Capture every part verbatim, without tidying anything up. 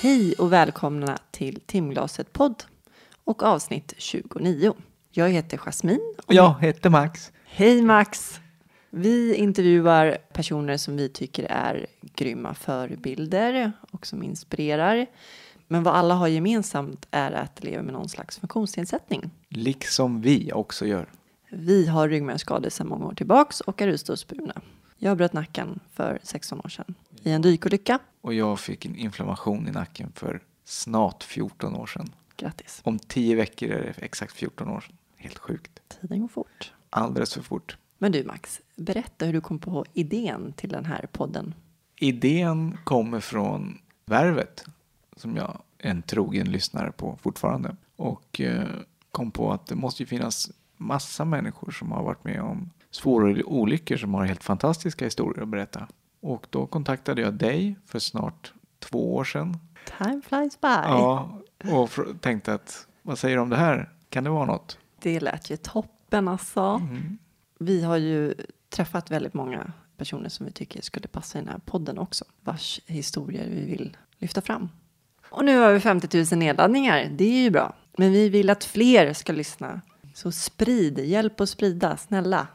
Hej och välkomna till Timglaset podd och avsnitt tjugonio. Jag heter Jasmin. Och jag heter Max. Hej Max! Vi intervjuar personer som vi tycker är grymma förebilder och som inspirerar. Men vad alla har gemensamt är att leva med någon slags funktionsnedsättning. Liksom vi också gör. Vi har ryggmärgsskador sedan många år tillbaks och är rullstolsburna. Jag bröt nacken för sexton år sedan i en dykolycka. Och jag fick en inflammation i nacken för snart fjorton år sedan. Grattis. Om tio veckor är det exakt fjorton år sedan. Helt sjukt. Tiden går fort. Alldeles för fort. Men du Max, berätta hur du kom på idén till den här podden. Idén kommer från Värvet som jag är en trogen lyssnare på fortfarande. Och eh, kom på att det måste ju finnas massa människor som har varit med om svåra olyckor som har helt fantastiska historier att berätta. Och då kontaktade jag dig för snart två år sedan. Time flies by. Ja, och fr- tänkte att vad säger du om det här? Kan det vara något? Det lät ju toppen alltså. Mm. Vi har ju träffat väldigt många personer som vi tycker skulle passa i den här podden också. Vars historier vi vill lyfta fram. Och nu har vi femtio tusen nedladdningar. Det är ju bra. Men vi vill att fler ska lyssna. Så sprid, hjälp att sprida, snälla.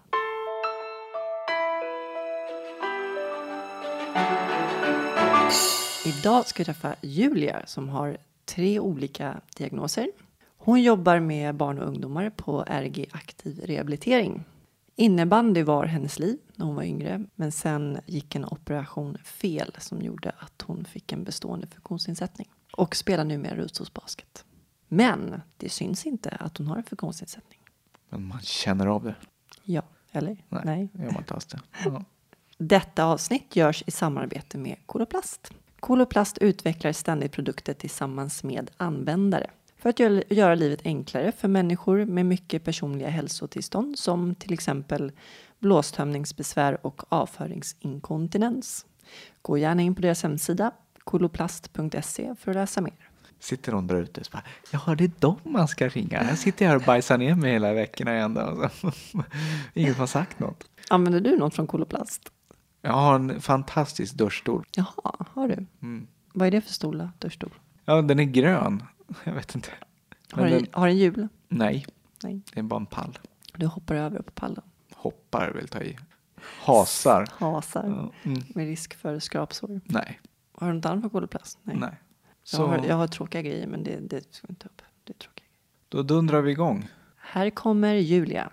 Idag ska vi träffa Julia som har tre olika diagnoser. Hon jobbar med barn och ungdomar på R G Aktiv rehabilitering. Innebandy var hennes liv när hon var yngre. Men sen gick en operation fel som gjorde att hon fick en bestående funktionsnedsättning. Och spelar nu med rullstolsbasket. Men det syns inte att hon har en funktionsnedsättning. Men man känner av det. Ja, eller? Nej, Nej. jag gör man inte alls det. Ja. Detta avsnitt görs i samarbete med Koloplast. Koloplast utvecklar ständigt produkter tillsammans med användare. För att göra livet enklare för människor med mycket personliga hälsotillstånd som till exempel blåstömningsbesvär och avföringsinkontinens. Gå gärna in på deras hemsida koloplast punkt se för att läsa mer. Sitter hon där ute och bara, ja det är dem man ska ringa. Jag sitter här och bajsar ner mig hela veckorna igen. Alltså. Ingen har sagt något. Använder du något från Koloplast? Jag har en fantastisk duschstol. Jaha, har du? Mm. Vad är det för stol då? Duschstol? Ja, den är grön. Jag vet inte. Har den, den... har den hjul? Nej, Nej, det är bara en pall. du hoppar över på pallen. Hoppar vill ta i. Hasar. Hasar. Ja, mm. Med risk för skrapsår. Nej. Har du något annat för Koloplast? Nej. Nej. Jag, Så har, jag har tråkiga grejer men det, det ska vi inte upp. Det är tråkiga grejer. då dundrar vi igång. Här kommer Julia.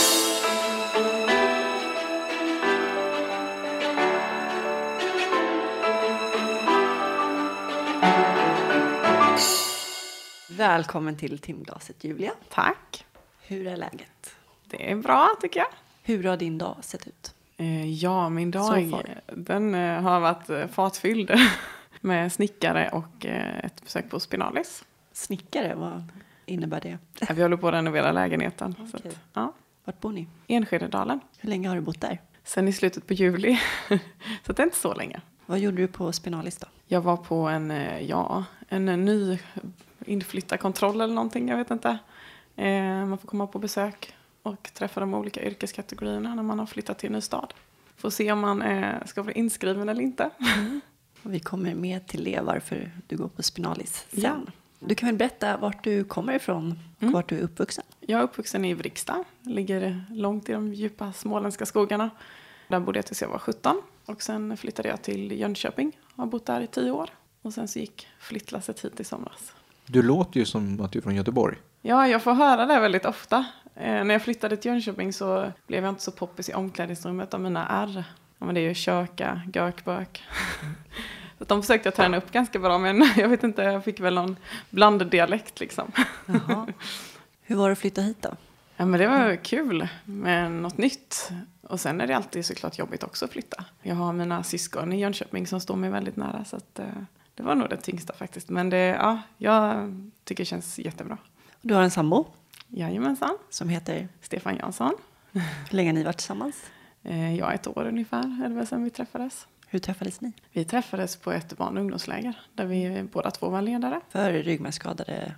Välkommen till Timglaset Julia. Tack. Hur är läget? Det är bra tycker jag. Hur har din dag sett ut? Eh, ja, min Så dag far. den eh, har varit eh, fartfylld med snickare och eh, ett besök på Spinalis. Snickare, vad innebär det? Eh, Vi håller på att renovera lägenheten. Så Okej. att, ja. Vart bor ni? Enskededalen. Hur länge har du bott där? Sen i slutet på juli. Så det är inte så länge. Vad gjorde du på Spinalis då? Jag var på en, eh, ja, en eh, ny inflyttarkontroll eller någonting, jag vet inte. Eh, man får komma på besök och träffa de olika yrkeskategorierna när man har flyttat till en ny stad. Får se om man eh, ska bli inskriven eller inte. Mm. Och vi kommer med till det varför du går på Spinalis sen. Ja. Du kan väl berätta vart du kommer ifrån och Mm. vart du är uppvuxen? Jag är uppvuxen i Vrigstad. Ligger långt i de djupa småländska skogarna. Där bodde jag tills jag var sjutton. Och sen flyttade jag till Jönköping. Har bott där i tio år. Och sen så gick flyttlasset hit i somras. Du låter ju som att du är från Göteborg. Ja, jag får höra det väldigt ofta. Eh, när jag flyttade till Jönköping så blev jag inte så poppis i omklädningsrummet av mina R. Ja, men det är ju köka, gökbök. Så de försökte jag träna upp ganska bra. Men jag vet inte, jag fick väl någon blanddialekt liksom. Jaha. Hur var det att flytta hit då? Ja, men det var kul med något nytt. Och sen är det alltid såklart jobbigt också att flytta. Jag har mina syskon i Jönköping som står mig väldigt nära. Så att, eh, det var nog det tyngsta faktiskt. Men det, ja, jag tycker det känns jättebra. Du har en sambo Jajamensan. som heter... Stefan Jansson. Hur länge har ni varit tillsammans? Eh, jag ett år ungefär är det väl sedan vi träffades. Hur träffades ni? Vi träffades på ett barn- och ungdomsläger. Där vi båda två var ledare. För ryggmärgsskadade barn.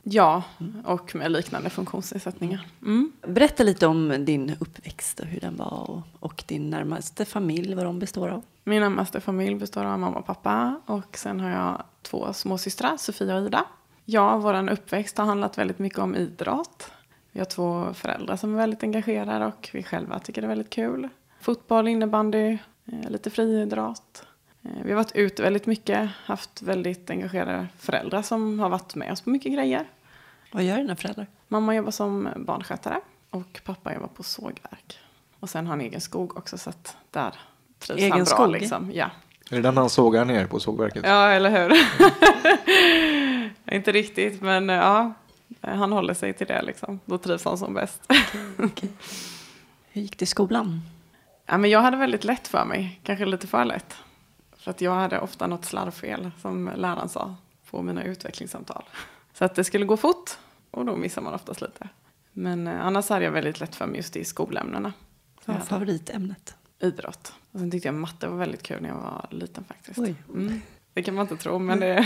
Ja, och med liknande funktionsnedsättningar. Mm. Berätta lite om din uppväxt och hur den var och, och din närmaste familj, vad de består av. Min närmaste familj består av mamma och pappa och sen har jag två småsystrar, Sofia och Ida. Ja, vår uppväxt har handlat väldigt mycket om idrott. Vi har två föräldrar som är väldigt engagerade och vi själva tycker det är väldigt kul. Fotboll, innebandy, lite friidrott. Vi har varit ute väldigt mycket, haft väldigt engagerade föräldrar som har varit med oss på mycket grejer. Vad gör dina föräldrar? Mamma jobbar som barnskötare och pappa jobbar på sågverk. Och sen har han egen skog också så att där trivs egen han bra. Skog? Liksom. Ja. Är det den han sågar ner på sågverket? Ja, eller hur? Inte riktigt, men ja, han håller sig till det liksom. Då trivs han som bäst. Okay. Hur gick det i skolan? Ja, men jag hade väldigt lätt för mig, kanske lite för lätt. För att jag hade ofta något slarvfel som läraren sa på mina utvecklingssamtal. Så att det skulle gå fort och då missar man oftast lite. Men eh, annars hade jag väldigt lätt för mig just i skolämnena. Vad var favoritämnet? Idrott. Och sen tyckte jag matte var väldigt kul när jag var liten faktiskt. Oj. Mm. Det kan man inte tro, men det...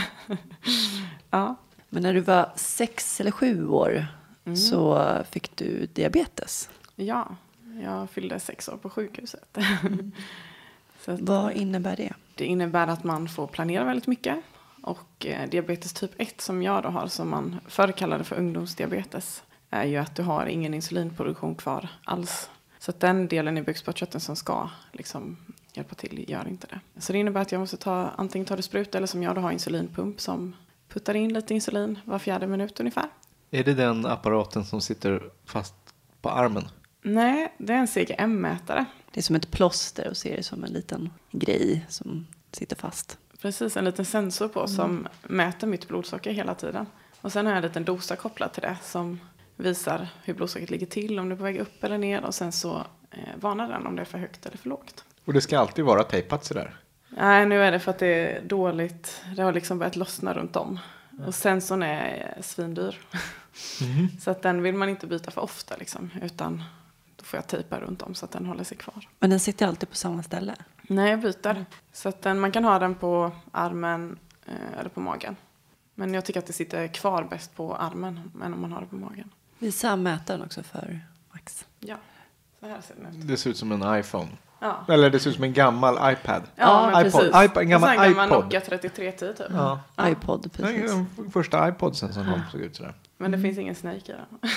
ja. Men när du var sex eller sju år Mm. så fick du diabetes. Ja, jag fyllde sex år på sjukhuset. Mm. Så att, Vad innebär det? det innebär att man får planera väldigt mycket. Och eh, diabetes typ ett som jag då har, som man förr kallade för ungdomsdiabetes, är ju att du har ingen insulinproduktion kvar alls. Så att den delen i bukspottkörteln som ska liksom hjälpa till gör inte det. Så det innebär att jag måste ta, antingen ta det spruta eller som jag då har insulinpump som puttar in lite insulin var fjärde minut ungefär. Är det den apparaten som sitter fast på armen? Nej, det är en C G M-mätare. Det är som ett plåster och ser det som en liten grej som sitter fast. Precis, en liten sensor på som mäter mitt blodsocker hela tiden. Och sen har jag en liten dosa kopplad till det som visar hur blodsockret ligger till, om det är på väg upp eller ner. Och sen så eh, varnar den om det är för högt eller för lågt. Och det ska alltid vara tejpat sådär? Nej, nu är det för att det är dåligt. Det har liksom börjat lossna runt om. Och sensorn är svindyr. Mm. Så att den vill man inte byta för ofta liksom. Utan då får jag tejpa runt om så att den håller sig kvar. Men den sitter alltid på samma ställe? Nej, jag byter. Så att den, man kan ha den på armen eh, eller på magen. Men jag tycker att det sitter kvar bäst på armen än om man har det på magen. Visa mätaren också för Max. Ja, så här ser den ut. Det ser ut som en iPhone. Ja, Eller det ser ut som en gammal iPad. ja men iPod. precis. iPod, en gammal och sen en gammal iPod. Nokia trettiotre tio typ. Ja. Ja. iPod, precis. Den första iPodsen som kom såg ut sådär. Men det finns ingen Snake i den.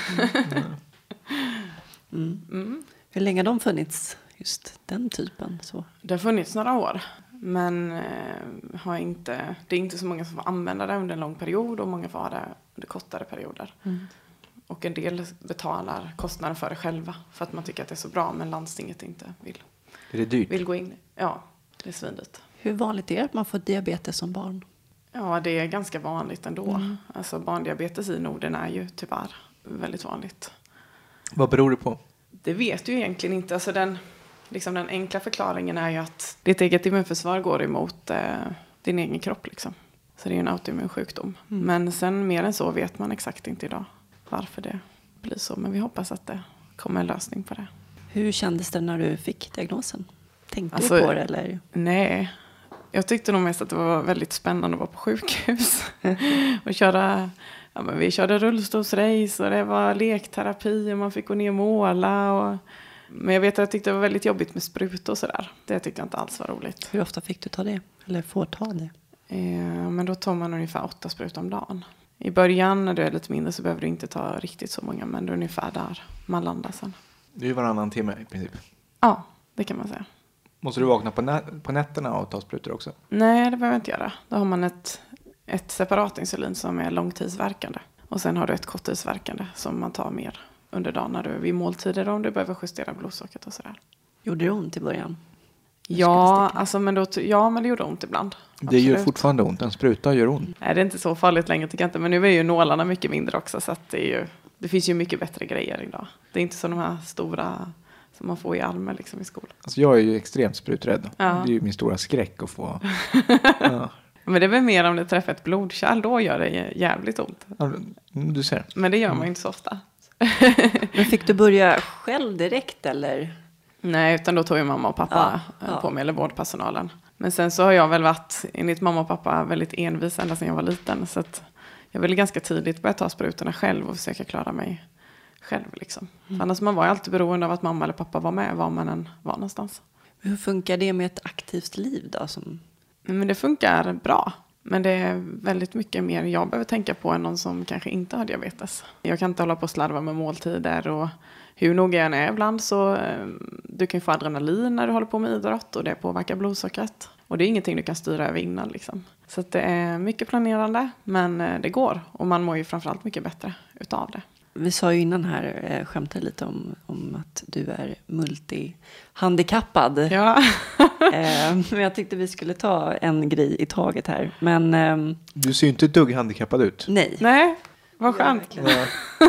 Mm. Mm. Hur länge har de funnits, just den typen? Så? Det har funnits några år. Men eh, har inte, det är inte så många som får använda det under en lång period. Och många får ha det under kortare perioder. Mm. Och en del betalar kostnaden för det själva. För att man tycker att det är så bra men landstinget inte vill, Är det dyrt? vill gå in. Ja, det är svindyrt. Hur vanligt är det att man får diabetes som barn? Ja, det är ganska vanligt ändå. Mm. Alltså barndiabetes i Norden är ju tyvärr väldigt vanligt. Vad beror det på? Det vet du egentligen inte. Alltså den, liksom den enkla förklaringen är ju att ditt eget immunförsvar går emot eh, din egen kropp. Liksom. Så det är ju en autoimmun sjukdom. Mm. Men sen mer än så vet man exakt inte idag varför det blir så. Men vi hoppas att det kommer en lösning på det. Hur kändes det när du fick diagnosen? Tänkte Alltså, du på det? Eller? Nej, jag tyckte nog mest att det var väldigt spännande att vara på sjukhus. och köra, ja, men vi körde rullstolsrace och det var lekterapi och man fick gå ner och måla. Och, men jag vet att jag tyckte det var väldigt jobbigt med sprut och sådär. Det tyckte jag inte alls var roligt. Hur ofta fick du ta det? Eller får ta det? Eh, men då tar man ungefär åtta sprut om dagen. I början när du är lite mindre så behöver du inte ta riktigt så många. Men det är ungefär där man landar sen. Det är ju varannan timme i princip. Ja, det kan man säga. Måste du vakna på, nä- på nätterna och ta sprutor också? Nej, det behöver jag inte göra. Då har man ett, ett separat insulin som är långtidsverkande. Och sen har du ett korttidsverkande som man tar mer under dagen när du är vid måltider om du behöver justera blodsockret och sådär. Gjorde det ont i början? Ja, alltså, men då, ja, men det gjorde ont ibland. Det gör Absolut. fortfarande ont. En spruta gör ont. Nej, det är inte så farligt längre tycker jag inte. Men nu är ju nålarna mycket mindre också. Så att det, är ju, det finns ju mycket bättre grejer idag. Det är inte som de här stora som man får i armen liksom, i skolan. Alltså jag är ju extremt spruträdd. Ja. Det är ju min stora skräck att få... ja. Men det är väl mer om det träffar ett blodkärl. Då gör det jävligt ont. Ja, du ser. Men det gör man ju inte så ofta. Men fick du börja själv direkt eller? Nej, utan då tog ju mamma och pappa Ja, ja. på mig, eller vårdpersonalen. Men sen så har jag väl varit, enligt mamma och pappa, väldigt envis ända sedan jag var liten. Så att jag ville ganska tidigt börja ta sprutorna själv och försöka klara mig själv. Liksom. Mm. För annars man var ju alltid beroende av att mamma eller pappa var med var man än var någonstans. Hur funkar det med ett aktivt liv då? Som... Men det funkar bra. Men det är väldigt mycket mer jag behöver tänka på än någon som kanske inte har diabetes. Jag kan inte hålla på och slarva med måltider och hur noga jag än är ibland så eh, du kan ju få adrenalin när du håller på med idrott och det påverkar blodsockret. Och det är ingenting du kan styra över innan liksom. Så att det är mycket planerande men eh, det går och man mår ju framförallt mycket bättre utav det. Vi sa ju innan här, eh, skämtade lite om, om att du är multihandikappad. Ja. eh, men jag tyckte vi skulle ta en grej i taget här. Men ehm, Du ser ju inte ett dugg handikappad ut. nej. Nej, vad skönt. verkligen. Ja.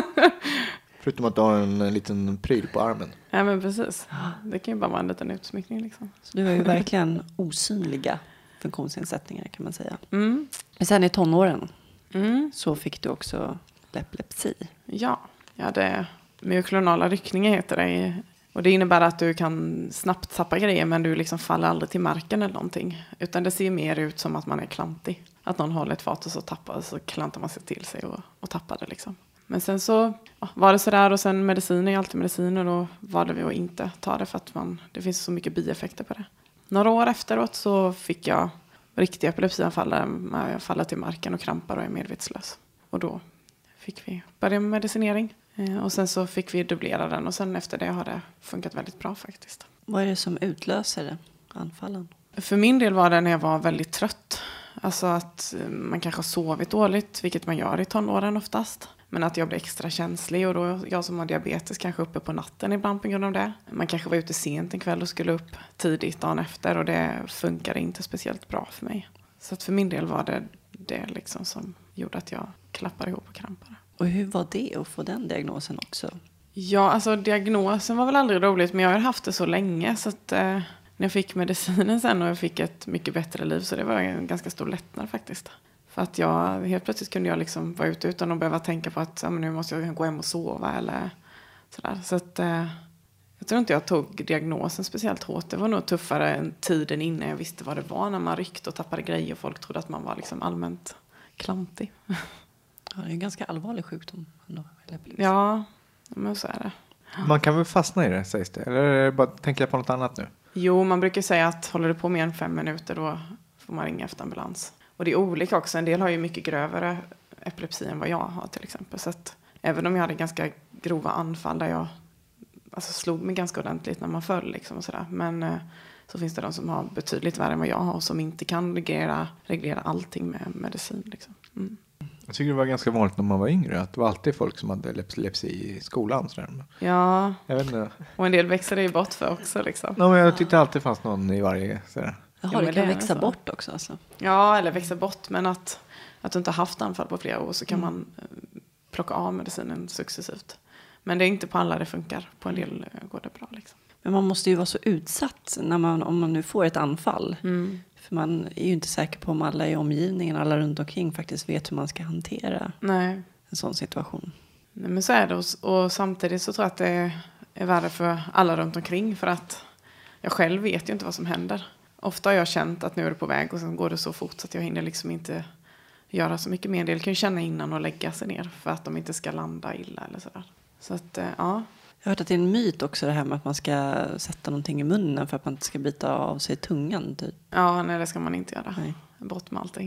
Förutom att du har en, en liten pryl på armen. Ja men precis. Det kan ju bara vara en liten utsmyckning liksom. Så du har ju verkligen osynliga funktionsnedsättningar kan man säga. Mm. Men sen i tonåren Mm. så fick du också epilepsi. Ja, ja det myoklonala ryckningar heter det. Och det innebär att du kan snabbt tappa grejer men du liksom faller aldrig till marken eller någonting. Utan det ser mer ut som att man är klantig. Att någon håller ett fat och så tappar så klantar man sig till sig och, och tappar det liksom. Men sen så ja, var det sådär och sen mediciner är alltid mediciner och valde vi att inte ta det för att man, det finns så mycket bieffekter på det. Några år efteråt så fick jag riktiga epilepsianfall där jag faller till marken och krampar och är medvetslös. Och då fick vi börja med medicinering. Och sen så fick vi dubblera den och sen efter det har det funkat väldigt bra faktiskt. Vad är det som utlöser anfallen? För min del var det när jag var väldigt trött. Alltså att man kanske har sovit dåligt, vilket man gör i tonåren oftast. Men att jag blir extra känslig och då jag som har diabetes kanske uppe på natten ibland på grund av det. Man kanske var ute sent en kväll och skulle upp tidigt dagen efter och det funkade inte speciellt bra för mig. Så att för min del var det det liksom som gjorde att jag klappade ihop och krampade. Och hur var det att få den diagnosen också? Ja, alltså diagnosen var väl aldrig roligt men jag har haft det så länge så att eh, när jag fick medicinen sen och jag fick ett mycket bättre liv så det var en ganska stor lättnad faktiskt. För att jag, helt plötsligt kunde jag liksom vara ute utan att behöva tänka på att ja, men nu måste jag gå hem och sova eller sådär. Så att eh, jag tror inte jag tog diagnosen speciellt hårt. Det var nog tuffare än tiden innan jag visste vad det var när man ryckte och tappade grejer och folk trodde att man var liksom allmänt klantig. Ja, det är en ganska allvarlig sjukdom ändå. Ja, men så är det. Man kan väl fastna i det, sägs det? Eller är det bara tänka på något annat nu? Jo, man brukar säga att håller du på mer än fem minuter då får man ringa efter ambulans. Och det är olika också. En del har ju mycket grövre epilepsi än vad jag har till exempel. Så att även om jag hade ganska grova anfall där jag alltså, slog mig ganska ordentligt när man föll liksom och sådär. Men eh, så finns det de som har betydligt värre än vad jag har och som inte kan reglera, reglera allting med medicin liksom. Mm. Jag tycker det var ganska vanligt när man var yngre att det var alltid folk som hade epilepsi i skolan. Så där. Ja, Jag vet inte. och en del växer det ju bort för också liksom. No, men jag tyckte alltid fanns någon i varje sådär. Jaha, Ja, det men kan det är växa så. bort också alltså. Ja, eller växa bort. Men att, att du inte har haft anfall på flera år så kan Mm. man eh, plocka av medicinen successivt. Men det är inte på alla det funkar. På en del eh, går det bra liksom. Men man måste ju vara så utsatt när man, om man nu får ett anfall. Mm. För man är ju inte säker på om alla i omgivningen, alla runt omkring faktiskt vet hur man ska hantera Nej. en sån situation. Nej, men så är det. Och, och samtidigt så tror jag att det är, är värre för alla runt omkring. För att jag själv vet ju inte vad som händer. Ofta har jag känt att nu är det på väg och sen går det så fort så att jag hinner liksom inte göra så mycket mer. En del kan ju känna innan och lägga sig ner för att de inte ska landa illa eller sådär. Så att, eh, ja. Jag har hört att det är en myt också det här med att man ska sätta någonting i munnen för att man inte ska bita av sig tungan. Typ. Ja, nej det ska man inte göra. Nej. Bort med allting.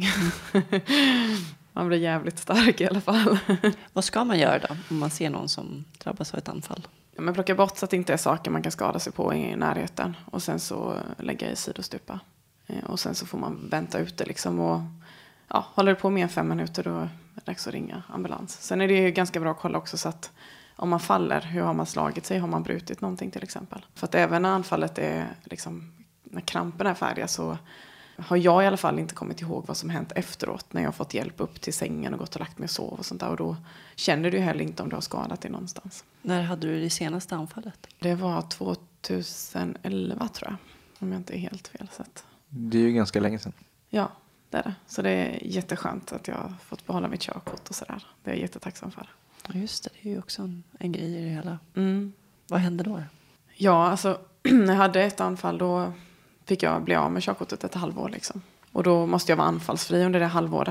Man blir jävligt stark i alla fall. Vad ska man göra då om man ser någon som drabbas av ett anfall? Ja, men plocka bort så att det inte är saker man kan skada sig på i närheten. Och sen så lägga i sidostupa. Eh, Och sen så får man vänta ut det liksom. Och ja, håller det på mer än fem minuter då är det dags att ringa ambulans. Sen är det ju ganska bra att kolla också så att om man faller, hur har man slagit sig? Har man brutit någonting till exempel? För att även när anfallet är liksom, när krampen är färdiga så har jag i alla fall inte kommit ihåg vad som hänt efteråt. När jag har fått hjälp upp till sängen och gått och lagt mig och sov och sånt där. Och då känner du heller inte om du har skadat dig någonstans. När hade du det senaste anfallet? Det var tjugoelva tror jag. Om jag inte är helt fel. Så att, Det är ju ganska länge sedan. ja, det är det. Så det är jätteskönt att jag har fått behålla mitt körkort och sådär. Det är jag jättetacksam för. Ja, just det. Det är ju också en, en grej i det hela. Mm. Vad hände då? Ja, alltså när jag hade ett anfall då fick jag bli av med körkortet ett halvår liksom. Och då måste jag vara anfallsfri under det halvåret.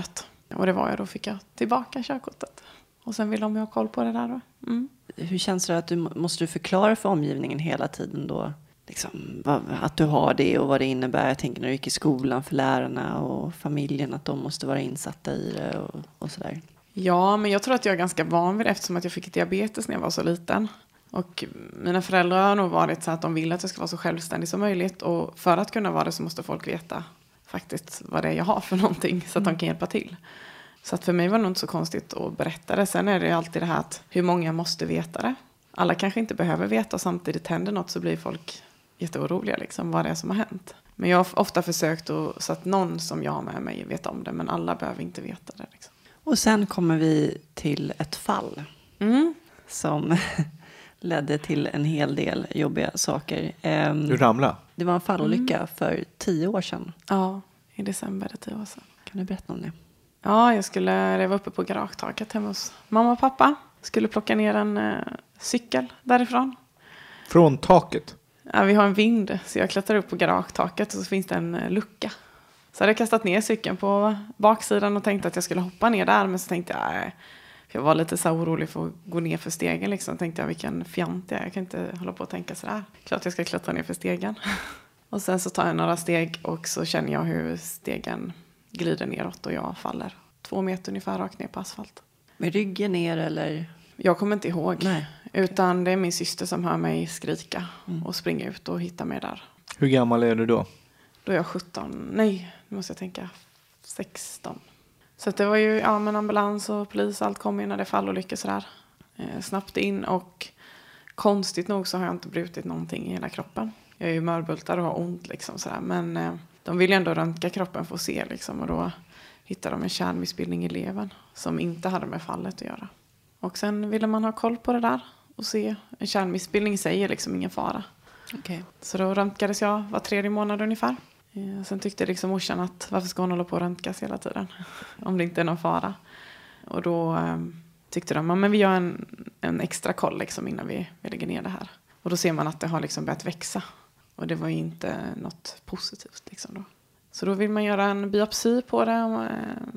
Och det var jag, då fick jag tillbaka körkortet. Och sen vill de ju ha koll på det där då. Mm. Hur känns det att du måste du förklara för omgivningen hela tiden då? Liksom, vad, att du har det och vad det innebär. Jag tänker när du gick i skolan för lärarna och familjen, att de måste vara insatta i det och, och sådär. Ja, men jag tror att jag är ganska van vid det eftersom att jag fick diabetes när jag var så liten. Och mina föräldrar har nog varit så att de vill att jag ska vara så självständig som möjligt. Och för att kunna vara det så måste folk veta faktiskt vad det är jag har för någonting så att de kan hjälpa till. Så att för mig var det nog inte så konstigt att berätta det. Sen är det ju alltid det här att hur många måste veta det. Alla kanske inte behöver veta och samtidigt händer något så blir folk jätteoroliga liksom vad det är som har hänt. Men jag har ofta försökt att, så att någon som jag har med mig vet om det, men alla behöver inte veta det. Liksom. Och sen kommer vi till ett fall Mm. som ledde till en hel del jobbiga saker. Um, Du ramlade? det var en fallolycka Mm. för tio år sedan. Ja, i december det tio år sedan. Kan du berätta om det? Ja, jag skulle reva uppe på garagetaket hemma hos mamma och pappa. Skulle plocka ner en eh, cykel därifrån. Från taket? Ja, vi har en vind så jag klättrar upp på garagetaket och så finns det en eh, lucka. Så hade jag kastat ner cykeln på baksidan och tänkte att jag skulle hoppa ner där. Men så tänkte jag, nej. För jag var lite så orolig för att gå ner för stegen. Liksom. Tänkte jag, vilken fjant jag är. Jag kan inte hålla på och tänka sådär. Klart jag ska klättra ner för stegen. Och sen så tar jag några steg och så känner jag hur stegen glider neråt och jag faller två meter ungefär rakt ner på asfalt. Med ryggen ner eller? Jag kommer inte ihåg. Nej. Utan det är min syster som hör mig skrika Mm. och springa ut och hitta mig där. Hur gammal är du då? Då är jag sjutton. Nej, nu måste jag tänka. sexton. Så att det var ju ja, men ambulans och polis. Allt kom in när det fallolyckor sådär. Eh, snabbt in och konstigt nog så har jag inte brutit någonting i hela kroppen. Jag är ju mörbultad och har ont liksom sådär. Men eh, de vill ju ändå röntga kroppen för att se liksom. Och då hittade de en kärnmissbildning i levern som inte hade med fallet att göra. Och sen ville man ha koll på det där och se. En kärnmissbildning säger liksom ingen fara. Okay. Så då röntgades jag var tredje månad ungefär. Eh, sen tyckte liksom morsan att varför ska hon hålla på och röntgas hela tiden? Om det inte är någon fara. Och då eh, tyckte de, men vi gör en, en extra koll liksom innan vi, vi lägger ner det här. Och då ser man att det har liksom börjat växa. Och det var ju inte något positivt liksom då. Så då vill man göra en biopsi på det och,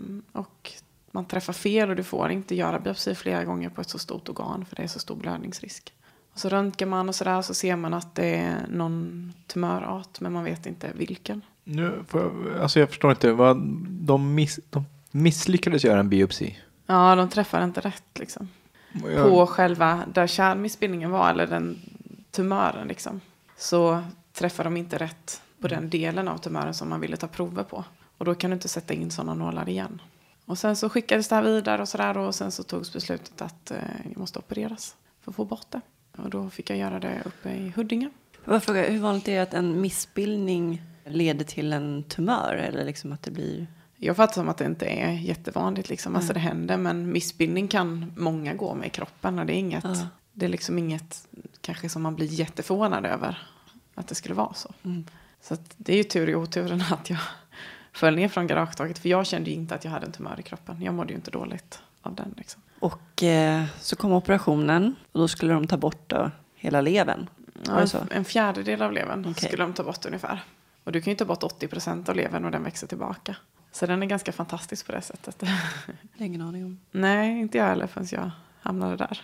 och man träffar fel och du får inte göra biopsi flera gånger på ett så stort organ för det är så stor blödningsrisk. Och så röntgar man och sådär så ser man att det är någon tumörart men man vet inte vilken. Nu, för, alltså jag förstår inte, vad, de, miss, de misslyckades göra en biopsi? Ja, de träffar inte rätt liksom. Jag... På själva där kärnmissbildningen var eller den tumören liksom. Så träffar de inte rätt på den delen av tumören som man ville ta prover på. Och då kan du inte sätta in sådana nålar igen. Och sen så skickades det här vidare och sådär. Och sen så togs beslutet att eh, jag måste opereras för att få bort det. Och då fick jag göra det uppe i Huddinge. Jag frågar, hur vanligt är det att en missbildning leder till en tumör? Eller liksom att det blir... Jag fattar som att det inte är jättevanligt. Liksom. Mm. Alltså det händer. Men missbildning kan många gå med i kroppen. Och det är inget, Mm. det är liksom inget kanske som man blir jätteförvånad över. Att det skulle vara så. Mm. Så att det är ju tur i oturen att jag föll ner från garagetaket. För jag kände ju inte att jag hade en tumör i kroppen. Jag mådde ju inte dåligt av den. Liksom. Och eh, så kom operationen. Och då skulle de ta bort då, hela levern. Ja, en, en fjärdedel av levern Okay. skulle de ta bort ungefär. Och du kan ju ta bort åttio procent av levern och den växer tillbaka. Så den är ganska fantastisk på det sättet. Det är ingen aning om. Nej, inte jag heller förrän jag hamnade där.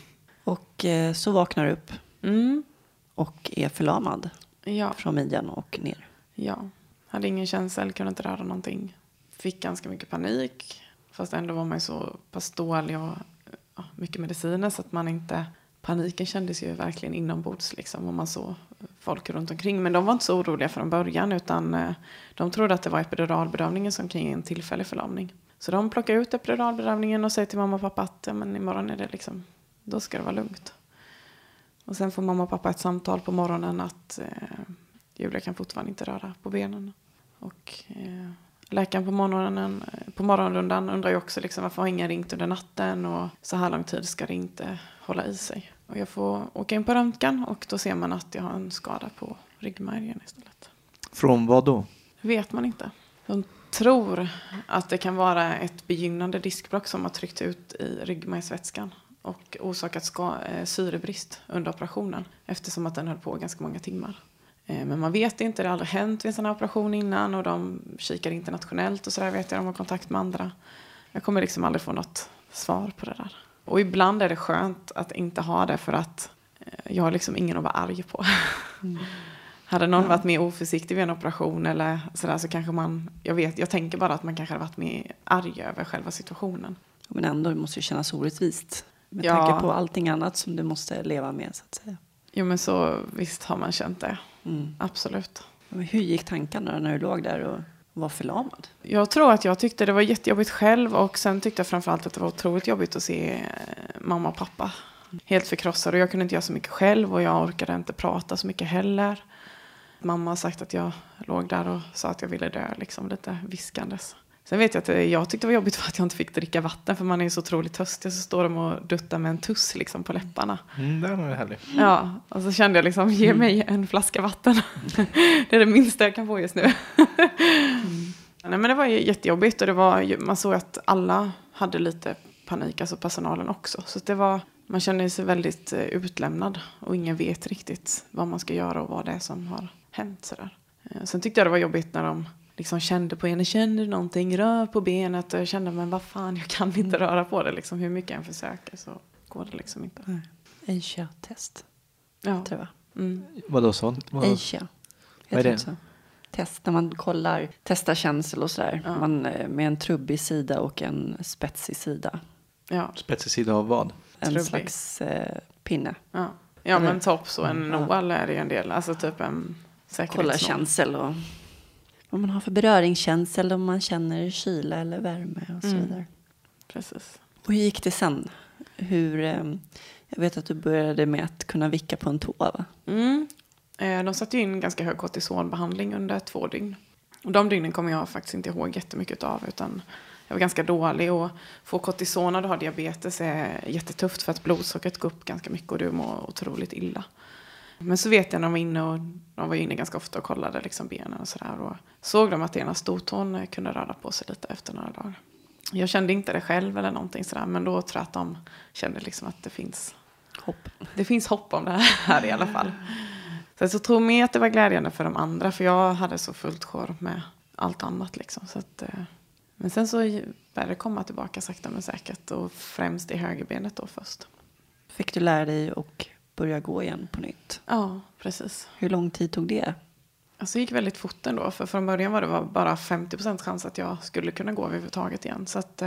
Och eh, så vaknar du upp. Mm. Och är förlamad. Ja. Från midjan och ner. Ja. Hade ingen känsel, kunde inte röra någonting. Fick ganska mycket panik. Fast ändå var man ju så pass dålig och ja, mycket mediciner så att man inte... Paniken kändes ju verkligen inombords liksom. Och man såg folk runt omkring. Men de var inte så oroliga från början utan eh, de trodde att det var epiduralbedövningen som kring en tillfällig förlamning. Så de plockade ut epiduralbedövningen och säger till mamma och pappa att ja, men imorgon är det liksom... Då ska det vara lugnt. Och sen får mamma och pappa ett samtal på morgonen att eh, Julia kan fortfarande inte röra på benen. Och eh, läkaren på morgonen, på morgonrundan undrar ju också liksom, varför har ingen ringt under natten och så här lång tid ska det inte hålla i sig. Och jag får åka in på röntgen och då ser man att jag har en skada på ryggmärgen istället. Från vad då? Det vet man inte. De tror att det kan vara ett begynnande diskbråck som har tryckt ut i ryggmärgsvätskan. Och orsakat ska, eh, syrebrist under operationen. Eftersom att den höll på ganska många timmar. Eh, men man vet inte, det har aldrig hänt vid en sån här operation innan. Och de kikar internationellt och sådär vet jag, de har kontakt med andra Jag kommer liksom aldrig få något svar på det där. Och ibland är det skönt att inte ha det för att jag har liksom ingen att vara arg på. Mm. Hade någon ja. varit mer oförsiktig vid en operation eller sådär så kanske man, jag vet, jag tänker bara att man kanske hade varit mer arg över själva situationen. Men ändå, det måste ju kännas orättvist. Med ja. tanke på allting annat som du måste leva med, så att säga. Jo, men så visst har man känt det. Mm. Absolut. Men hur gick tankarna när du låg där och var förlamad? Jag tror att jag tyckte det var jättejobbigt själv. Och sen tyckte jag framförallt att det var otroligt jobbigt att se mamma och pappa helt förkrossade. Och jag kunde inte göra så mycket själv och jag orkade inte prata så mycket heller. Mamma har sagt att jag låg där och sa att jag ville dö, liksom lite viskandes. Sen vet jag att jag tyckte det var jobbigt för att jag inte fick dricka vatten. För man är ju så otroligt törstig. Så står de och duttar med en tuss liksom på läpparna. Mm, det var härligt. Ja, och så kände jag liksom, ge mig en flaska vatten. Det är det minsta jag kan få just nu. Mm. Nej, men det var ju jättejobbigt. Och det var, man såg att alla hade lite panik, alltså personalen också. Så det var, man kände sig väldigt utlämnad. Och ingen vet riktigt vad man ska göra och vad det är som har hänt. Sådär. Sen tyckte jag det var jobbigt när de liksom kände på en, kände någonting, rör på benet. Och jag kände, men vad fan, jag kan inte röra på det. Liksom, hur mycket jag än försöker så går det liksom inte. Mm. Asia-test. Ja. Tror jag. Mm. Vadå sånt? Vad... Asia. Vad är det? Så. Test när man kollar, testar känsel och sådär. Ja. Man, med en trubbig sida och en spetsig sida. Ja. Spetsig sida av vad? En trubbig. slags eh, pinne. Ja, ja men tops och en nål är det ju en del. Alltså typ en säkerhetsnål. Kolla känsel och vad man har för beröringskänsel, om man känner kyla eller värme och så vidare. Mm. Precis. Och hur gick det sen? Hur, eh, jag vet att du började med att kunna vicka på en tå, va? Mm. Eh, de satte in ganska hög kortisonbehandling under två dygn. Och de dygnen kommer jag faktiskt inte ihåg jättemycket av, utan jag var ganska dålig. Och få kortison när du har diabetes är jättetufft för att blodsockret går upp ganska mycket och du mår otroligt illa. Men så vet jag när de var inne och de var inne ganska ofta och kollade liksom benen och sådär. Och såg de att ena stortån kunde röra på sig lite efter några dagar. Jag kände inte det själv eller någonting sådär. Men då tror jag att de kände liksom att det finns hopp. Det finns hopp om det här i alla fall. Så jag tror mer att det var glädjande för de andra. För jag hade så fullt sjå med allt annat liksom. Så att, men sen så började det komma tillbaka sakta men säkert. Och främst i högerbenet då först. Fick du lära dig och börja gå igen på nytt? Ja, precis. Hur lång tid tog det? Alltså det gick väldigt fort ändå. För från början var det bara femtio procent chans att jag skulle kunna gå överhuvudtaget igen. Så att,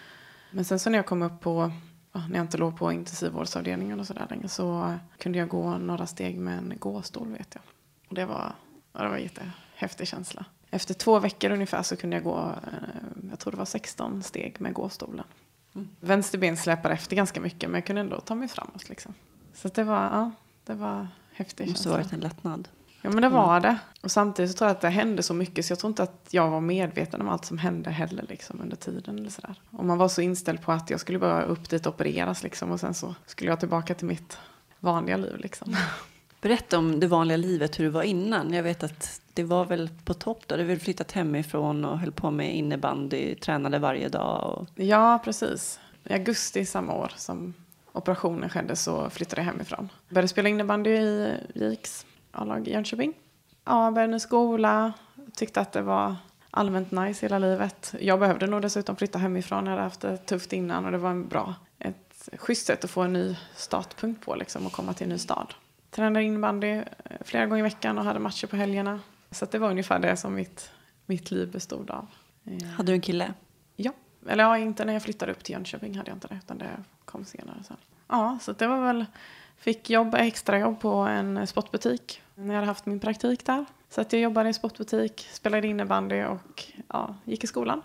men sen så när jag kom upp på, när jag inte låg på intensivvårdsavdelningen och sådär länge, så kunde jag gå några steg med en gåstol, vet jag. Och det var, det var en jättehäftig känsla. Efter två veckor ungefär så kunde jag gå, jag tror det var sexton steg med gåstolen. Mm. Vänsterben släpade efter ganska mycket, men jag kunde ändå ta mig framåt liksom. Så det var, ja, det var häftig känsla. Det måste ha varit en lättnad. Ja, men det var det. Och samtidigt så tror jag att det hände så mycket, så jag tror inte att jag var medveten om allt som hände heller liksom, under tiden. Eller sådär. Och man var så inställd på att jag skulle bara upp dit och opereras liksom, och sen så skulle jag tillbaka till mitt vanliga liv. Liksom. Berätta om det vanliga livet, hur det var innan. Jag vet att det var väl på topp då. Du hade flyttat hemifrån och höll på med innebandy, tränade varje dag. Och... Ja, precis. I augusti samma år som operationen skedde så flyttade jag hemifrån. Började spela innebandy i Jiks A-lag i Jönköping. Ja, började i skola. Tyckte att det var allmänt nice hela livet. Jag behövde nog dessutom flytta hemifrån. Jag hade haft det tufft innan och det var en bra, ett schysst sätt att få en ny startpunkt på liksom, och komma till en ny stad. Tränade innebandy flera gånger i veckan och hade matcher på helgerna. Så att det var ungefär det som mitt, mitt liv bestod av. Hade du en kille? Ja, eller ja, inte när jag flyttade upp till Jönköping hade jag inte det, utan det kom senare sen. Ja, så det var väl, fick jobba extra jobb på en sportbutik när jag hade haft min praktik där. Så att jag jobbade i en sportbutik, spelade innebandy och ja, gick i skolan.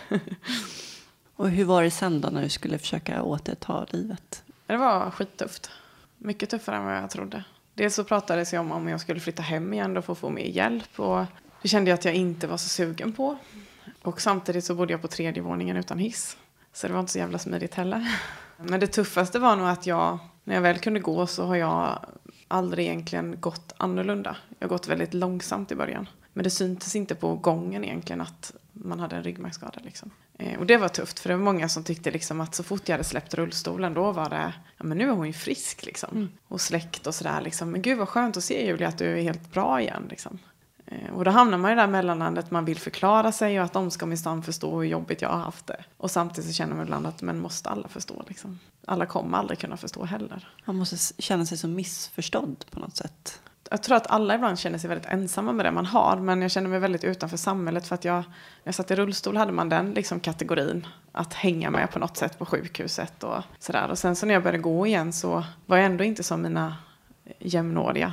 Och hur var det sen då när du skulle försöka återta livet? Det var skittufft. Mycket tuffare än vad jag trodde. Dels så pratades jag om om jag skulle flytta hem igen då för att få mer hjälp. Och det kände jag att jag inte var så sugen på. Och samtidigt så bodde jag på tredje våningen utan hiss. Så det var inte så jävla smidigt heller. Men det tuffaste var nog att jag, när jag väl kunde gå så har jag aldrig egentligen gått annorlunda. Jag har gått väldigt långsamt i början. Men det syntes inte på gången egentligen att man hade en ryggmärgsskada liksom. Eh, och det var tufft, för det var många som tyckte liksom att så fort jag hade släppt rullstolen då var det, ja men nu är hon ju frisk liksom. Mm. Och släkt och sådär liksom. Men gud vad skönt att se Julia att du är helt bra igen liksom. Och då hamnar man i det där mellanlandet, man vill förklara sig och att de ska minsann förstå hur jobbigt jag har haft det. Och samtidigt så känner man ibland att men måste alla förstå liksom. Alla kommer aldrig kunna förstå heller. Man måste känna sig så missförstådd på något sätt. Jag tror att alla ibland känner sig väldigt ensamma med det man har. Men jag känner mig väldigt utanför samhället. För att jag, när jag satt i rullstol hade man den liksom kategorin. Att hänga med på något sätt på sjukhuset och sådär. Och sen så när jag började gå igen så var jag ändå inte som mina jämnåriga.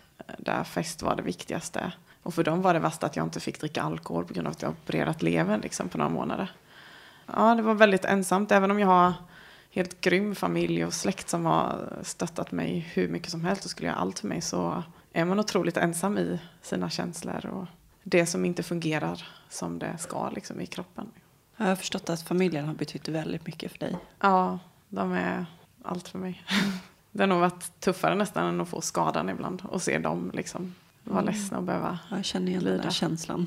Där fest var det viktigaste. Och för dem var det värst att jag inte fick dricka alkohol på grund av att jag opererat levern liksom på några månader. Ja, det var väldigt ensamt. Även om jag har helt grym familj och släkt som har stöttat mig hur mycket som helst och skulle göra allt för mig, så är man otroligt ensam i sina känslor och det som inte fungerar som det ska liksom i kroppen. Jag har förstått att familjen har betytt väldigt mycket för dig. Ja, de är allt för mig. Det har nog varit tuffare nästan än att få skadan ibland och se dem liksom vara mm. ledsna och behöva Jag känner igen den där känslan.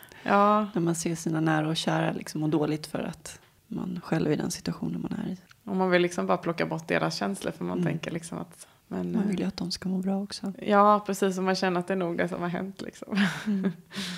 Ja. När man ser sina nära och kära liksom må dåligt för att man själv är i den situationen man är i. Och man vill liksom bara plocka bort deras känslor för man mm. tänker liksom att... Men, man vill ju att de ska må bra också. Ja, precis. Och man känner att det är nog det som har hänt liksom. Mm.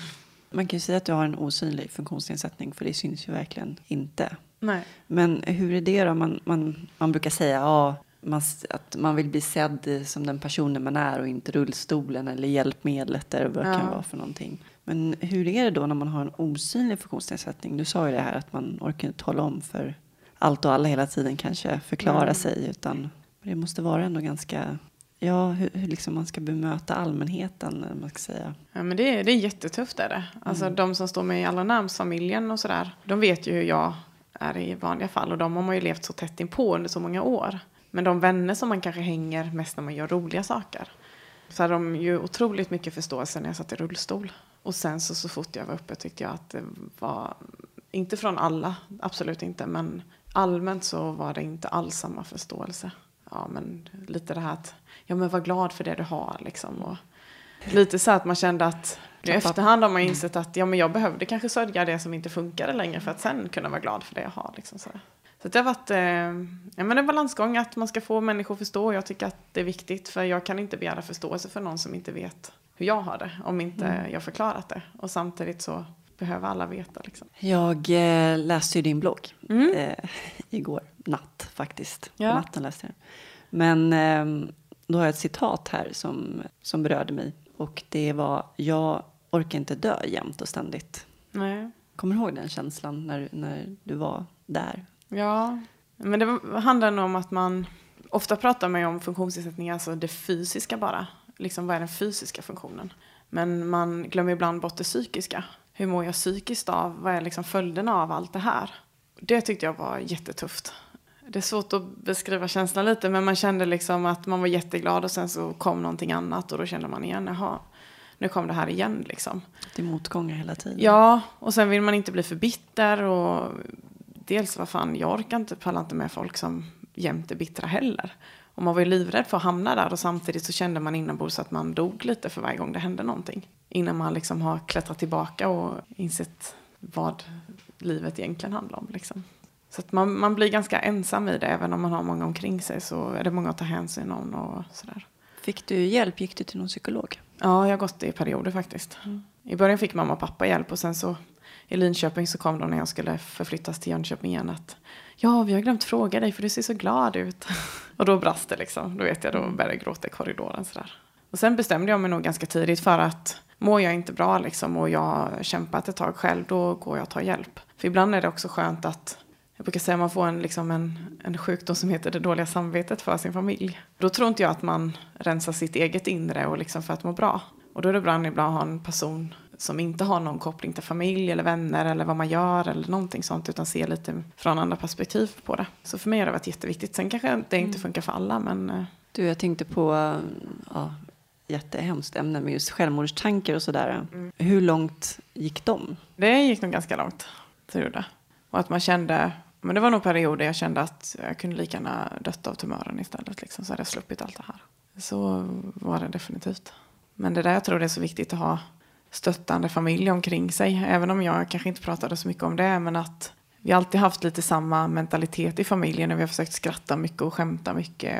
Man kan ju säga att du har en osynlig funktionsnedsättning, för det syns ju verkligen inte. Nej. Men hur är det då? Man, man, man brukar säga ja, man, att man vill bli sedd som den personen man är och inte rullstolen eller hjälpmedlet eller vad det ja. kan vara för någonting. Men hur är det då när man har en osynlig funktionsnedsättning? Du sa ju det här att man orkar inte tala om för allt och alla hela tiden kanske förklara mm. sig, utan det måste vara ändå ganska, ja, hur, hur liksom man ska bemöta allmänheten, man ska säga. Ja, men det är, det är jättetufft är det. Alltså mm. de som står med i allra närmast familjen och sådär, de vet ju hur jag är i vanliga fall och de har man ju levt så tätt in på under så många år. Men de vänner som man kanske hänger mest när man gör roliga saker, så hade de ju otroligt mycket förståelse när jag satt i rullstol. Och sen så, så fort jag var uppe tyckte jag att det var, inte från alla, absolut inte, men allmänt så var det inte alls samma förståelse. Ja, men lite det här att, ja men var glad för det du har liksom. Och lite så att man kände att i efterhand har man insett att ja men jag behövde kanske sörja det som inte funkade längre för att sen kunna vara glad för det jag har liksom så. Så det har varit eh, ja, men en balansgång att man ska få människor att förstå. Jag tycker att det är viktigt, för jag kan inte begära förståelse för någon som inte vet hur jag har det, om inte mm. jag förklarat det. Och samtidigt så behöver alla veta liksom. Jag eh, läste ju din blogg mm. eh, igår natt faktiskt. Ja. Natten läste jag. Men eh, då har jag ett citat här som, som berörde mig. Och det var, jag orkar inte dö jämt och ständigt. Nej. Kommer du ihåg den känslan när, när du var där? Ja, men det handlar nog om att man ofta pratar man om funktionsnedsättningar, alltså det fysiska bara. Liksom vad är den fysiska funktionen? Men man glömmer ibland bort det psykiska. Hur mår jag psykiskt av? Vad är liksom följderna av allt det här? Det tyckte jag var jättetufft. Det är svårt att beskriva känslan lite, men man kände liksom att man var jätteglad och sen så kom någonting annat och då kände man igen, jaha, nu kom det här igen liksom. Det är motgångar hela tiden. Ja, och sen vill man inte bli för bitter och dels vad fan, jag orkar inte, pallar inte med folk som jämt är bittra heller. Och man var ju livrädd för att hamna där och samtidigt så kände man inombords att man dog lite för varje gång det hände någonting. Innan man liksom har klättrat tillbaka och insett vad livet egentligen handlar om liksom. Så att man, man blir ganska ensam i det, även om man har många omkring sig så är det många att ta hänsyn om och sådär. Fick du hjälp? Gick du till någon psykolog? Ja, jag har gått i perioder faktiskt. Mm. I början fick mamma och pappa hjälp och sen så i Linköping så kom de när jag skulle förflyttas till Jönköping igen att ja, vi har glömt fråga dig för du ser så glad ut. Och då brast det liksom. Då vet jag, då började jag gråta i korridoren sådär. Och sen bestämde jag mig nog ganska tidigt för att mår jag inte bra liksom och jag har kämpat ett tag själv, då går jag och tar hjälp. För ibland är det också skönt att jag brukar säga att man får en, liksom en, en sjukdom som heter det dåliga samvetet för sin familj. Då tror inte jag att man rensar sitt eget inre och liksom för att må bra. Och då är det bra ibland att ha en person som inte har någon koppling till familj eller vänner eller vad man gör eller någonting sånt, utan se lite från andra perspektiv på det. Så för mig har det varit jätteviktigt. Sen kanske det inte funkar för alla, men... Du, jag tänkte på ja, jättehemskt ämne med just självmordstankar och sådär. Mm. Hur långt gick de? Det gick nog ganska långt, tror jag. Och att man kände... Men det var nog perioder jag kände att jag kunde lika gärna dött av tumören istället. Liksom, så hade jag sluppit allt det här. Så var det definitivt. Men det där jag tror det är så viktigt att ha stöttande familj omkring sig. Även om jag kanske inte pratade så mycket om det. Men att vi alltid haft lite samma mentalitet i familjen. Och vi har försökt skratta mycket och skämta mycket. Och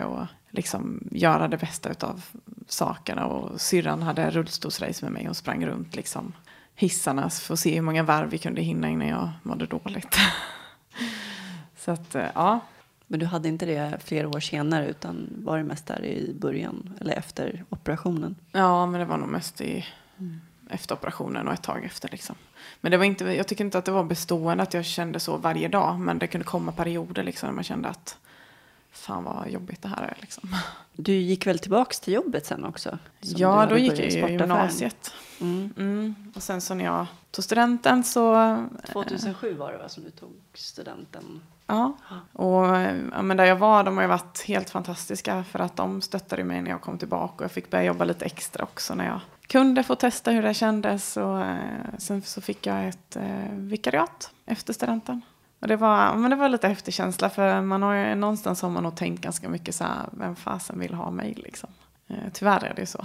liksom göra det bästa utav sakerna. Och syrran hade rullstolsrace med mig och sprang runt liksom hissarna för att se hur många varv vi kunde hinna innan jag mådde dåligt. Så att, ja. Men du hade inte det flera år senare utan var det mest där i början eller efter operationen? Ja, men det var nog mest i, mm. efter operationen och ett tag efter liksom. Men det var inte, jag tycker inte att det var bestående att jag kände så varje dag. Men det kunde komma perioder liksom när man kände att fan vad jobbigt det här är liksom. Du gick väl tillbaks till jobbet sen också? Ja, då gick jag i gymnasiet. Mm. Mm. Och sen så när jag tog studenten så... tjugohundrasju var det va, som du tog studenten? Ja, och ja, men där jag var, de har ju varit helt fantastiska för att de stöttade mig när jag kom tillbaka. Och jag fick börja jobba lite extra också när jag kunde få testa hur det kändes. Och eh, sen så fick jag ett eh, vikariat efter studenten. Och det var, men det var lite efterkänsla för man har ju, någonstans har man nog tänkt ganska mycket så här, vem fasen vill ha mig liksom. Eh, tyvärr är det så.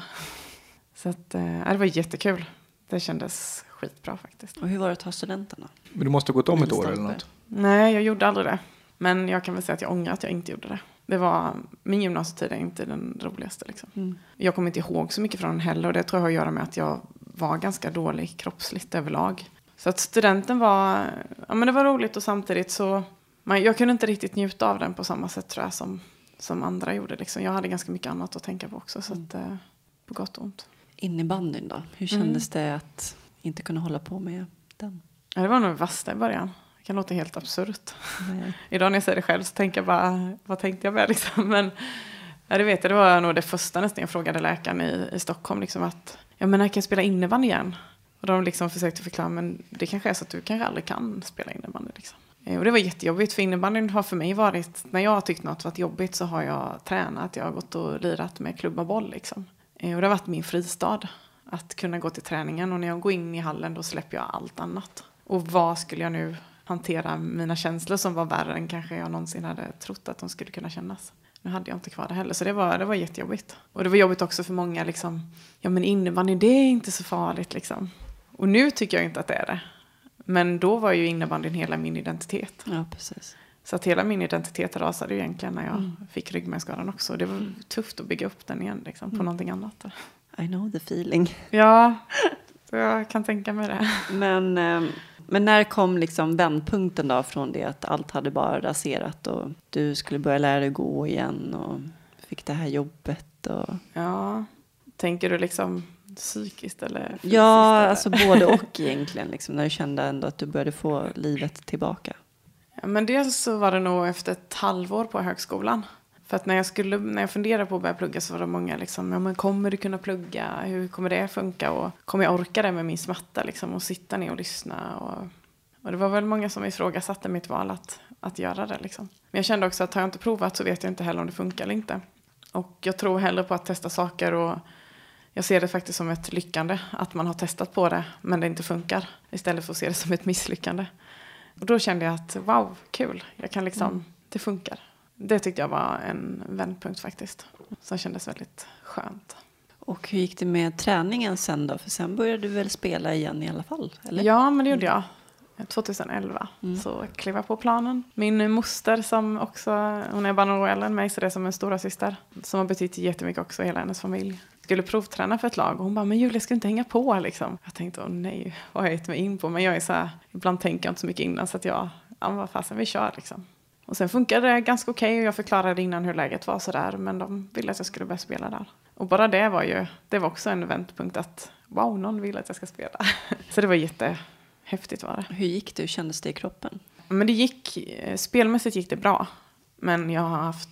Så att, eh, det var jättekul. Det kändes skitbra faktiskt. Och hur var det att ta studenten då? Men du måste ha gått om ett år eller något? Nej, jag gjorde aldrig det. Men jag kan väl säga att jag ångrar att jag inte gjorde det. Det var, min gymnasietid är inte den roligaste liksom. Mm. Jag kommer inte ihåg så mycket från den heller och det tror jag har att göra med att jag var ganska dålig kroppsligt överlag. Så att studenten var, ja men det var roligt och samtidigt så, man, jag kunde inte riktigt njuta av den på samma sätt tror jag som, som andra gjorde liksom. Jag hade ganska mycket annat att tänka på också så att, mm. på gott och ont. Innebandyn då? Hur kändes mm. det att inte kunna hålla på med den? Ja, det var nog värsta i början. Det kan låta helt absurt. Nej. Idag när jag säger det själv så tänker jag bara, vad tänkte jag med liksom? Men ja, det vet jag, det var nog det första nästan jag frågade läkaren i, i Stockholm liksom att, ja men när kan jag spela innebandy igen? Och de liksom försökte förklara, men det kanske är så att du kanske aldrig kan spela innebandy liksom. Och det var jättejobbigt för innebandyn har för mig varit, när jag har tyckt något varit jobbigt så har jag tränat, jag har gått och lirat med klubba boll liksom. Och det har varit min fristad att kunna gå till träningen och när jag går in i hallen då släpper jag allt annat. Och vad skulle jag nu hantera mina känslor som var värre än kanske jag någonsin hade trott att de skulle kunna kännas. Nu hade jag inte kvar det heller så det var, det var jättejobbigt. Och det var jobbigt också för många liksom, ja men innebandy det är inte så farligt liksom. Och nu tycker jag inte att det är det. Men då var ju innebandyn hela min identitet. Ja, precis. Så att hela min identitet rasade ju egentligen när jag mm. fick ryggmärgsskadan också. Det var mm. tufft att bygga upp den igen liksom, på mm. någonting annat. I know the feeling. Ja, så jag kan tänka mig det. Men, men när kom liksom vändpunkten då från det att allt hade bara raserat och du skulle börja lära dig gå igen och fick det här jobbet? Och... Ja, tänker du liksom psykiskt eller fysiskt? Ja, eller? alltså både och egentligen. Liksom, när du kände ändå att du började få livet tillbaka. Ja, men dels så var det nog efter ett halvår på högskolan. För att när jag, skulle, när jag funderade på att börja plugga så var det många liksom, ja men kommer du kunna plugga? Hur kommer det funka? Och kommer jag orka det med min smärta liksom? Och sitta ner och lyssna? Och, och det var väl många som ifrågasatte mitt val att, att göra det liksom. Men jag kände också att har jag inte provat så vet jag inte heller om det funkar eller inte. Och jag tror hellre på att testa saker och jag ser det faktiskt som ett lyckande. Att man har testat på det men det inte funkar. Istället för att se det som ett misslyckande. Och då kände jag att wow, kul. Jag kan liksom, mm. det funkar. Det tyckte jag var en vändpunkt faktiskt. Som kändes väldigt skönt. Och hur gick det med träningen sen då? För sen började du väl spela igen i alla fall? Eller? Ja, men det gjorde jag. tjugoelva mm. så klev jag på planen. Min moster som också, hon är bara några år äldre än mig så det är som en stora syster. Som har betytt jättemycket också i hela hennes familj. Skulle provträna för ett lag och hon bara, men Julia ska inte hänga på liksom. Jag tänkte, åh nej, vad har jag gett mig in på? Men jag är så här, ibland tänker jag inte så mycket innan så att jag, ja vad fasen vi kör liksom. Och sen funkade det ganska okej okay och jag förklarade innan hur läget var sådär. Men de ville att jag skulle börja spela där. Och bara det var ju, det var också en vändpunkt att wow, någon vill att jag ska spela. Så det var jättehäftigt var det. Hur gick det? Hur kändes det i kroppen? Men det gick, spelmässigt gick det bra. Men jag har haft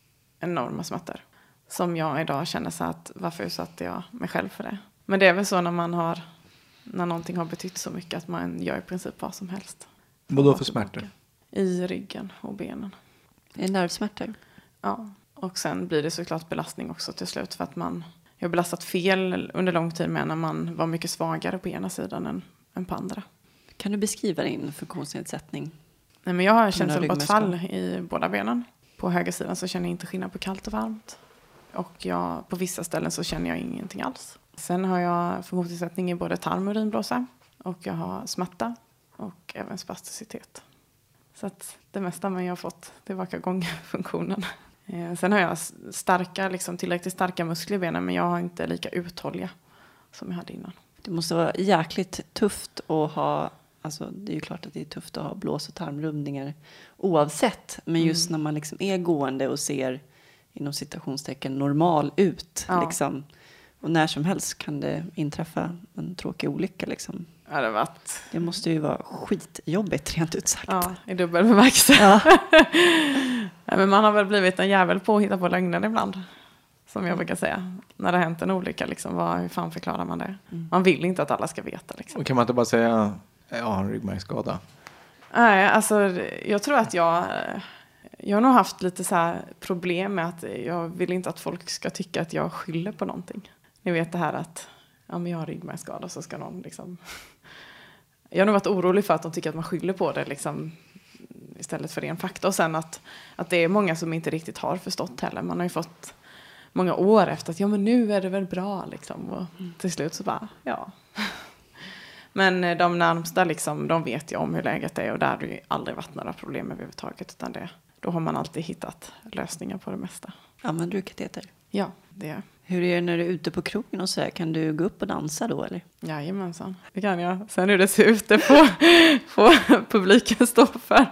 enorma smärtor. Som jag idag känner så att varför satte jag mig själv för det. Men det är väl så när man har, när någonting har betytt så mycket att man gör i princip vad som helst. Vad då för smärtor? I ryggen och benen. Är det nervsmärtor? Ja, och sen blir det såklart belastning också till slut. För att man, jag har belastat fel under lång tid med när man var mycket svagare på ena sidan än, än på andra. Kan du beskriva din funktionsnedsättning? Nej, men jag har känselbortfall i båda benen. På höger sidan så känner jag inte skillnad på kallt och varmt. Och jag, på vissa ställen så känner jag ingenting alls. Sen har jag funktionsnedsättning i både tarm och urinblåsa. Och jag har smärta och även spasticitet. Så att det mesta man har fått tillbaka gångfunktionen. Eh, sen har jag starka, liksom, tillräckligt starka muskler i benen, men jag har inte lika uthålliga som jag hade innan. Det måste vara jäkligt tufft att ha, alltså det är ju klart att det är tufft att ha blås- och tarmrubbningar oavsett. Men just mm. när man liksom är gående och ser inom citationstecken normal ut. Ja. Liksom, och när som helst kan det inträffa en tråkig olycka. Liksom. Ja, det, varit... det måste ju vara skitjobbigt rent ut sagt. Ja, i dubbel bemärkelse. Ja. Ja, men man har väl blivit en jävel på att hitta på lögner ibland. Som jag brukar säga. När det har hänt en olycka, liksom, vad, hur fan förklarar man det? Mm. Man vill inte att alla ska veta. Liksom. Och kan man inte bara säga, jag har en ryggmärgsskada? Nej, alltså jag tror att jag... Jag har nog haft lite så här problem med att jag vill inte att folk ska tycka att jag skyller på någonting. Ni vet det här att ja, men jag har ryggmärgsskada så ska någon liksom... Jag har nog varit orolig för att de tycker att man skyller på det liksom, istället för ren fakta. Och sen att, att det är många som inte riktigt har förstått heller. Man har ju fått många år efter att ja men nu är det väl bra liksom. Och till slut så bara ja. Men de närmsta liksom, de vet ju om hur läget är och där har det ju aldrig varit några problem överhuvudtaget. Utan det, då har man alltid hittat lösningar på det mesta. Använder du kateter? Ja, det är. Hur är det när du är ute på krogen och så här? Kan du gå upp och dansa då eller? Jajamensan, det kan jag. Sen hur det ser ut det får, får publiken stå för.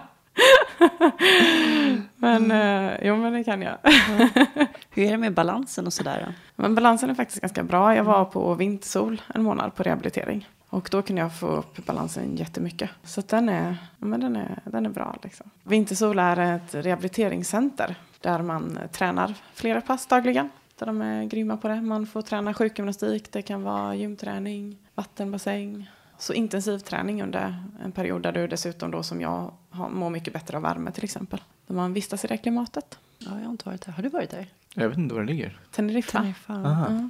Men, mm. eh, jo men det kan jag. Hur är det med balansen och sådär då? Men balansen är faktiskt ganska bra. Jag var på Vintersol en månad på rehabilitering. Och då kunde jag få upp balansen jättemycket. Så att den är, men den är, den är bra liksom. Vintersol är ett rehabiliteringscenter där man tränar flera pass dagligen. Där de är grymma på det. Man får träna sjukgymnastik, det kan vara gymträning, vattenbassäng. Så intensiv träning under en period där du dessutom då som jag har, mår mycket bättre av värme till exempel. Där man vistas i det klimatet. Ja, jag har inte varit där. Har du varit där? Jag vet inte var det ligger. Teneriffa. Teneriffa. Ja.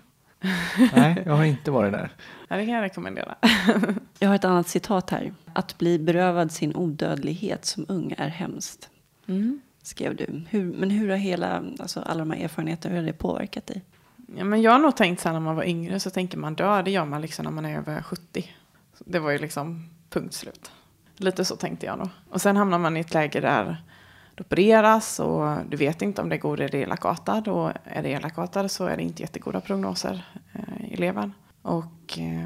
Nej, jag har inte varit där. Ja, det kan jag rekommendera. Jag har ett annat citat här. Att bli berövad sin odödlighet som ung är hemskt. Mm. Skrev du. Hur, men hur har hela, alltså alla de här erfarenheterna, hur har det påverkat dig? Ja, men jag har nog tänkt så här när man var yngre så tänker man dö. Det gör man liksom när man är över sjuttio. Det var ju liksom punkt slut. Lite så tänkte jag nog. Och sen hamnar man i ett läge där det opereras och du vet inte om det går eller elakartad. Och är det elakartad så är det inte jättegoda prognoser eh, i levern. Och eh,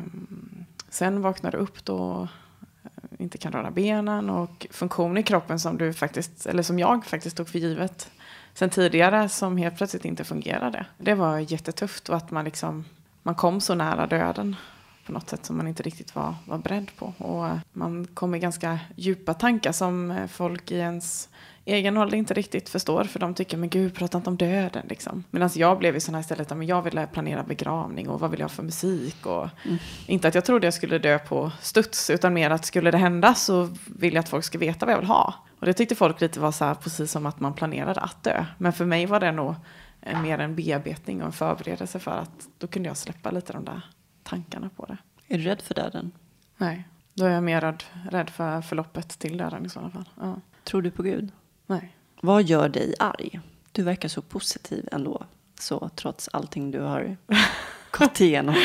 sen vaknar du upp då inte kan röra benen och funktion i kroppen som du faktiskt, eller som jag faktiskt tog för givet sen tidigare som helt plötsligt inte fungerade. Det var jättetufft och att man liksom, man kom så nära döden på något sätt som man inte riktigt var, var beredd på. Och man kom i ganska djupa tankar som folk i ens egen ålder inte riktigt förstår. För de tycker, men gud, prata inte om döden. Liksom. Medan jag blev i sådana här istället, men jag ville planera begravning och vad vill jag ha för musik. Och mm. Inte att jag trodde jag skulle dö på studs, utan mer att skulle det hända så vill jag att folk ska veta vad jag vill ha. Och det tyckte folk lite var så här, precis som att man planerade att dö. Men för mig var det nog mer en bearbetning och en förberedelse för att då kunde jag släppa lite de där tankarna på det. Är du rädd för döden? Nej, då är jag mer rädd, rädd för förloppet till döden i sådana fall. Ja. Tror du på Gud? Nej. Vad gör dig arg? Du verkar så positiv ändå. Så trots allting du har gått igenom.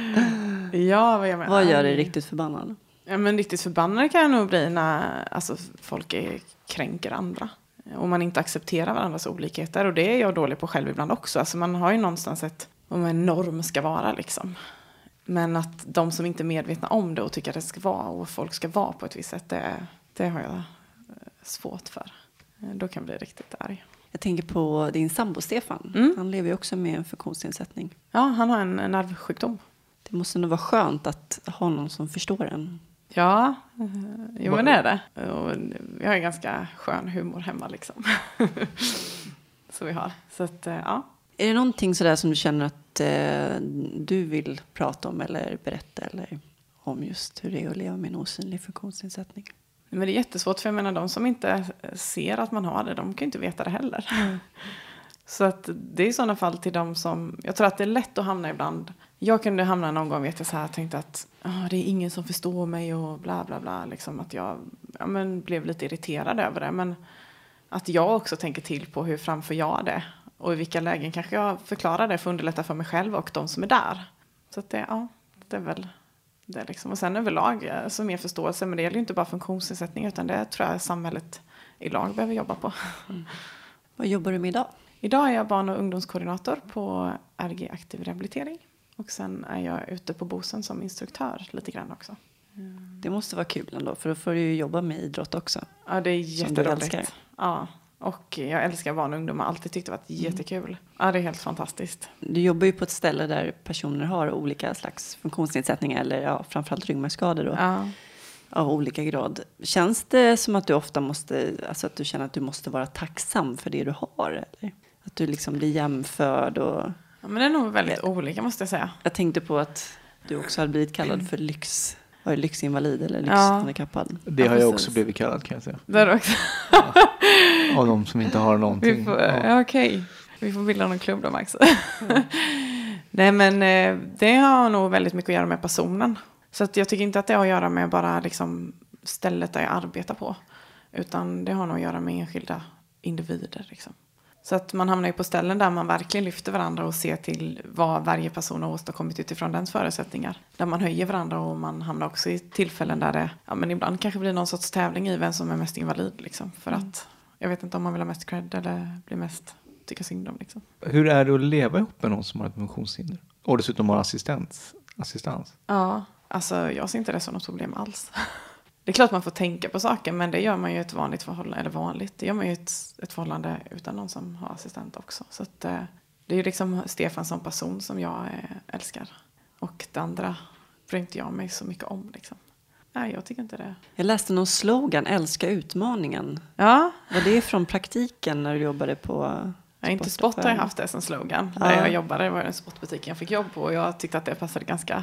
Ja, vad jag menar. Vad gör dig riktigt förbannad? Ja, men riktigt förbannad kan jag nog bli när alltså, folk är, kränker andra. Och man inte accepterar varandras olikheter. Och det är jag dålig på själv ibland också. Alltså man har ju någonstans ett, vad en norm ska vara liksom. Men att de som inte är medvetna om det och tycker att det ska vara och folk ska vara på ett visst sätt, det, det har jag svårt för. Då kan jag bli riktigt arg. Jag tänker på din sambo Stefan. Mm. Han lever ju också med en funktionsnedsättning. Ja, han har en, en nervsjukdom. Det måste nog vara skönt att ha någon som förstår en. Ja, jo men det är det. Och vi har en ganska skön humor hemma liksom. Så vi har. Så att, ja. Är det någonting sådär som du känner att eh, du vill prata om eller berätta eller om just hur det är att leva med en osynlig funktionsnedsättning? Men det är jättesvårt för jag menar de som inte ser att man har det, de kan ju inte veta det heller. Mm. Så att det är i sådana fall till de som, jag tror att det är lätt att hamna ibland. Jag kunde hamna någon gång, vet jag så här, tänkte att oh, det är ingen som förstår mig och bla bla bla. Liksom att jag ja, men, blev lite irriterad över det. Men att jag också tänker till på hur framför jag det. Och i vilka lägen kanske jag förklarar det för att underlätta för mig själv och de som är där. Så att det, ja, det är väl det liksom. Och sen överlag så mer förståelse. Men det gäller ju inte bara funktionsnedsättning utan det tror jag samhället i lag behöver jobba på. Mm. Vad jobbar du med idag? Idag är jag barn- och ungdomskoordinator på R G Aktiv Rehabilitering. Och sen är jag ute på Bosen som instruktör lite grann också. Det måste vara kul ändå, för då får du ju jobba med idrott också. Ja, det är jätteroligt. älskar. Ja, och jag älskar barn och ungdomar. Alltid tyckt det varit jättekul. Ja, det är helt fantastiskt. Du jobbar ju på ett ställe där personer har olika slags funktionsnedsättningar eller ja, framförallt ryggmärgsskador då, Ja. av olika grad. Känns det som att du ofta måste, alltså att du känner att du måste vara tacksam för det du har? Eller? Att du liksom blir jämförd och... Ja, men det är nog väldigt olika måste jag säga. Jag tänkte på att du också hade blivit kallad för lyx, var det lyxinvalid eller Ja. lyxhandikappad. Det Ja, har jag precis. också blivit kallad kan jag säga. Det är det också. Av de som inte har någonting. Vi får, Ja. ja, okej. Vi får bilda någon klubb då, Max. Nej, men eh, det har nog väldigt mycket att göra med personen. Så att jag tycker inte att det har att göra med bara liksom stället där jag arbetar på. Utan det har nog att göra med enskilda individer. Liksom. Så att man hamnar ju på ställen där man verkligen lyfter varandra och ser till vad varje person har åstadkommit utifrån dens förutsättningar. Där man höjer varandra och man hamnar också i tillfällen där det ja, men ibland kanske blir någon sorts tävling i vem som är mest invalid. Liksom, för Mm. att jag vet inte om man vill ha mest cred eller bli mest tycka synd om. Liksom. Hur är det att leva ihop med någon som har ett funktionshinder? Och dessutom har assistans. assistans. Ja, alltså jag ser inte det som något problem alls. Det är klart man får tänka på saker, men det gör man ju ett vanligt förhållande, eller vanligt, det gör man ju ett, ett förhållande utan någon som har assistent också. Så att, eh, det är ju liksom Stefan som person som jag eh, älskar. Och det andra bryr inte jag mig så mycket om liksom. Nej, jag tycker inte det. Jag läste någon slogan, älska utmaningen. Ja, Var det från praktiken när du jobbade på... jag inte sport har jag haft det som slogan. Ja. Där jag jobbade, det var en sportbutik jag fick jobb på och jag tyckte att det passade ganska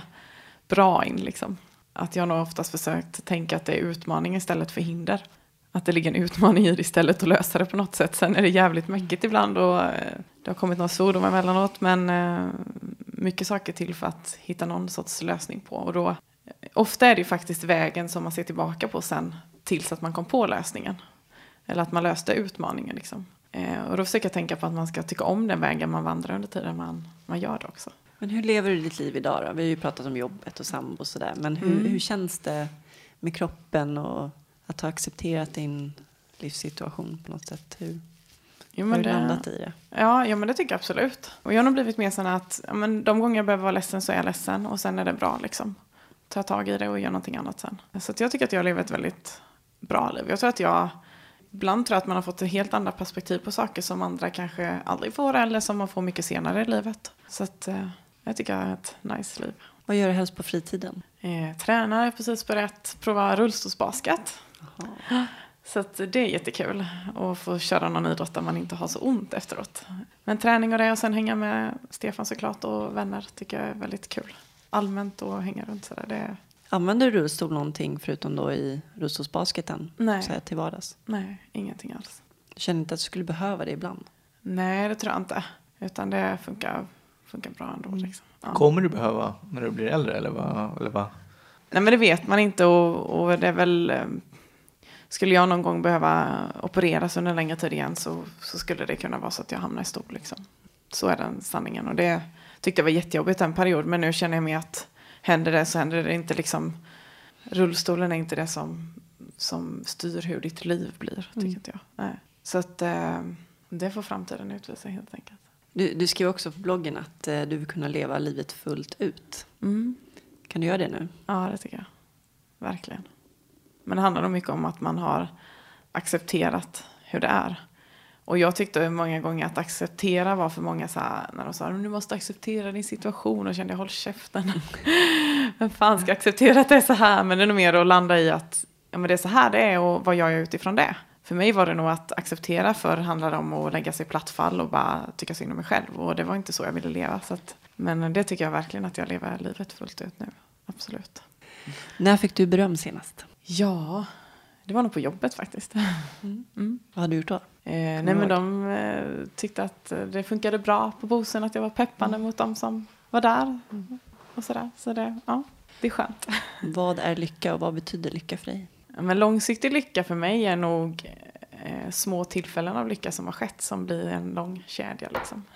bra in liksom. Att jag nog oftast försökt tänka att det är utmaning istället för hinder. Att det ligger en utmaning i det istället att lösa det på något sätt. Sen är det jävligt mäckigt ibland och eh, det har kommit någon svordom emellanåt. Men eh, mycket saker till för att hitta någon sorts lösning på. Och då, ofta är det ju faktiskt vägen som man ser tillbaka på sen tills att man kom på lösningen. Eller att man löste utmaningen liksom. Eh, och då försöker jag tänka på att man ska tycka om den vägen man vandrar under tiden man, man gör det också. Men hur lever du ditt liv idag då? Vi har ju pratat om jobbet och sambo och sådär. Men hur, Mm. hur känns det med kroppen och att ha accepterat din livssituation på något sätt? Hur Jo, har men du det, landat i det? ja, ja, men det tycker jag absolut. Och jag har nog blivit mer sån att ja, men de gånger jag behöver vara ledsen så är jag ledsen. Och sen är det bra liksom. Ta tag i det och göra någonting annat sen. Så att jag tycker att jag lever ett väldigt bra liv. Jag tror att jag... Ibland tror jag att man har fått ett helt andra perspektiv på saker som andra kanske aldrig får. Eller som man får mycket senare i livet. Så att eh, jag tycker jag har ett nice liv. Vad gör du helst på fritiden? Eh, tränar, precis börjat prova rullstolsbasket. Jaha. Så att det är jättekul att få köra någon idrott där man inte har så ont efteråt. Men träning och det och sen hänga med Stefan såklart och vänner tycker jag är väldigt kul. Allmänt och hänga runt sådär. Det är... Använder du rullstol någonting förutom då i rullstolsbasketen? Nej. Så här till vardags? Nej, ingenting alls. Du känner inte att du skulle behöva det ibland? Nej, det tror jag inte. Utan det funkar, funkar bra ändå. Mm. Liksom. Ja. Kommer du behöva när du blir äldre eller vad? Eller vad? Nej, men det vet man inte och, och det är väl... eh, Skulle jag någon gång behöva opereras under en längre tid igen så, så skulle det kunna vara så att jag hamnar i stol. Liksom. Så är den sanningen. Och det tyckte jag var jättejobbigt en period. Men nu känner jag mig att händer det så händer det inte. Liksom, rullstolen är inte det som, som styr hur ditt liv blir, tycker Mm. inte jag. Nej. Så att eh, det får framtiden utvisa helt enkelt. Du, du skriver också på bloggen att eh, du vill kunna leva livet fullt ut. Mm. Kan du göra det nu? Ja, det tycker jag. Verkligen. Men det handlar nog mycket om att man har accepterat hur det är. Och jag tyckte många gånger att acceptera var för många så här, när de sa du måste acceptera din situation och kände jag håll käften. Vem fan ska acceptera att det är så här? Men det är nog mer att landa i att ja, men det är så här det är och vad gör jag utifrån det? För mig var det nog att acceptera för handlade om att lägga sig plattfall och bara tycka synd om mig själv. Och det var inte så jag ville leva. Så att, men det tycker jag verkligen att jag lever livet fullt ut nu. Absolut. När fick du beröm senast? Ja, det var nog på jobbet faktiskt. Mm. Mm. Vad hade du gjort då? Eh, nej men de eh, tyckte att eh, det funkade bra på Bosen, att jag var peppande mot dem som var där. Mm. Och sådär. Så det, ja, det är skönt. Vad är lycka och vad betyder lycka för dig? Ja, men långsiktig lycka för mig är nog eh, små tillfällen av lycka som har skett som blir en lång kedja liksom.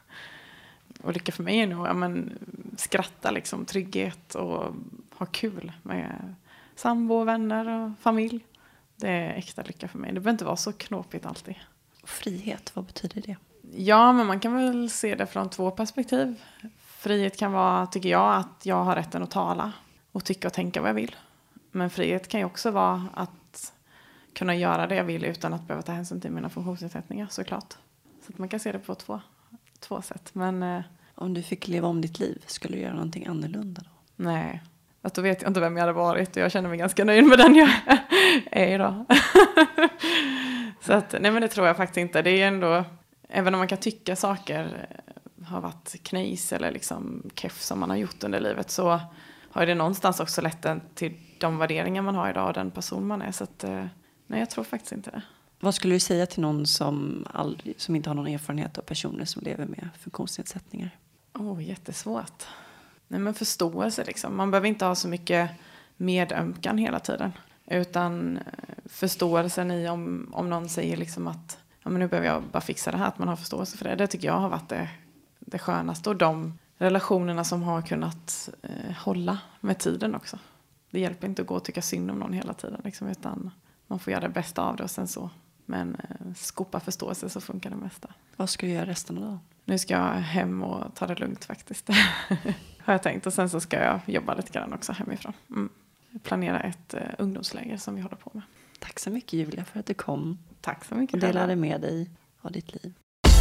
Och lycka för mig är nog ja, men, skratta liksom, trygghet och ha kul med sambo, vänner och familj. Det är äkta lycka för mig. Det behöver inte vara så knåpigt alltid. Och frihet, vad betyder det? Ja, men man kan väl se det från två perspektiv. Frihet kan vara, tycker jag, att jag har rätten att tala och tycka och tänka vad jag vill. Men frihet kan ju också vara att kunna göra det jag vill utan att behöva ta hänsyn till mina funktionsnedsättningar, såklart. Så att man kan se det på två, två sätt. Men, eh, om du fick leva om ditt liv, skulle du göra någonting annorlunda då? Nej, att då vet jag inte vem jag hade varit och jag känner mig ganska nöjd med den jag är idag. Så att, nej men det tror jag faktiskt inte. Det är ändå, även om man kan tycka saker har varit knäs eller liksom keff som man har gjort under livet, så har det någonstans också lett en till de värderingar man har idag och den person man är. Så att, nej, jag tror faktiskt inte det. Vad skulle du säga till någon som, aldrig, som inte har någon erfarenhet av personer som lever med funktionsnedsättningar? Åh, oh, jättesvårt. Nej, men förståelse liksom. Man behöver inte ha så mycket medömkan hela tiden. Utan förståelsen i om, om någon säger liksom att ja, men nu behöver jag bara fixa det här. Att man har förståelse för det. Det tycker jag har varit det, det skönaste. Och de relationerna som har kunnat eh, hålla med tiden också. Det hjälper inte att gå och tycka synd om någon hela tiden. Liksom, utan man får göra det bästa av det och sen så. Men eh, skopa förståelse så funkar det mesta. Vad ska du göra resten av dagen? Nu ska jag hem och ta det lugnt faktiskt. Har jag tänkt. Och sen så ska jag jobba lite grann också hemifrån. Mm. Planera ett eh, ungdomsläger som vi håller på med. Tack så mycket Julia för att du kom. Tack så mycket. Och delade med dig av ditt liv.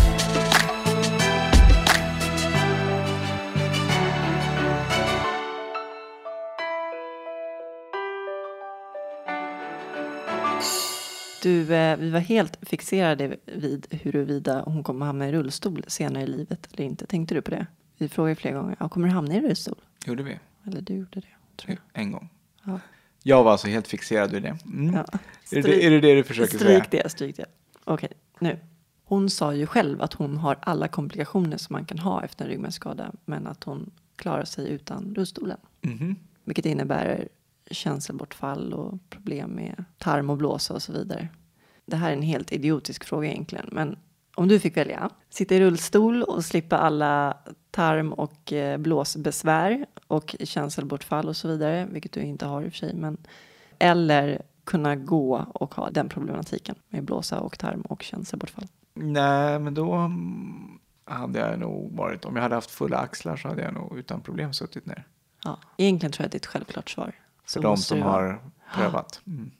Du, eh, vi var helt fixerade vid huruvida hon kommer hamna i rullstol senare i livet eller inte. Tänkte du på det? Vi frågade flera gånger. Ja, kommer du hamna i rullstol? Gjorde vi? Eller du gjorde det, tror jag. En gång. Ja. Jag var alltså helt fixerad vid det. Mm. Ja. Är, det är det det du försöker stryk säga? Det, stryk det. Okej, nu. Hon sa ju själv att hon har alla komplikationer som man kan ha efter en ryggmärgsskada. Men att hon klarar sig utan rullstolen. Mm-hmm. Vilket innebär känselbortfall och problem med tarm och blåsa och så vidare. Det här är en helt idiotisk fråga egentligen. Men om du fick välja, sitta i rullstol och slippa alla tarm- och blåsbesvär och känselbortfall och så vidare. Vilket du inte har i och för sig. Men, eller kunna gå och ha den problematiken med blåsa och tarm- och känselbortfall. Nej, men då hade jag nog varit, om jag hade haft fulla axlar så hade jag nog utan problem suttit ner. Ja, egentligen tror jag att det är ett självklart svar. För Så de måste som det har vara. prövat. Mm.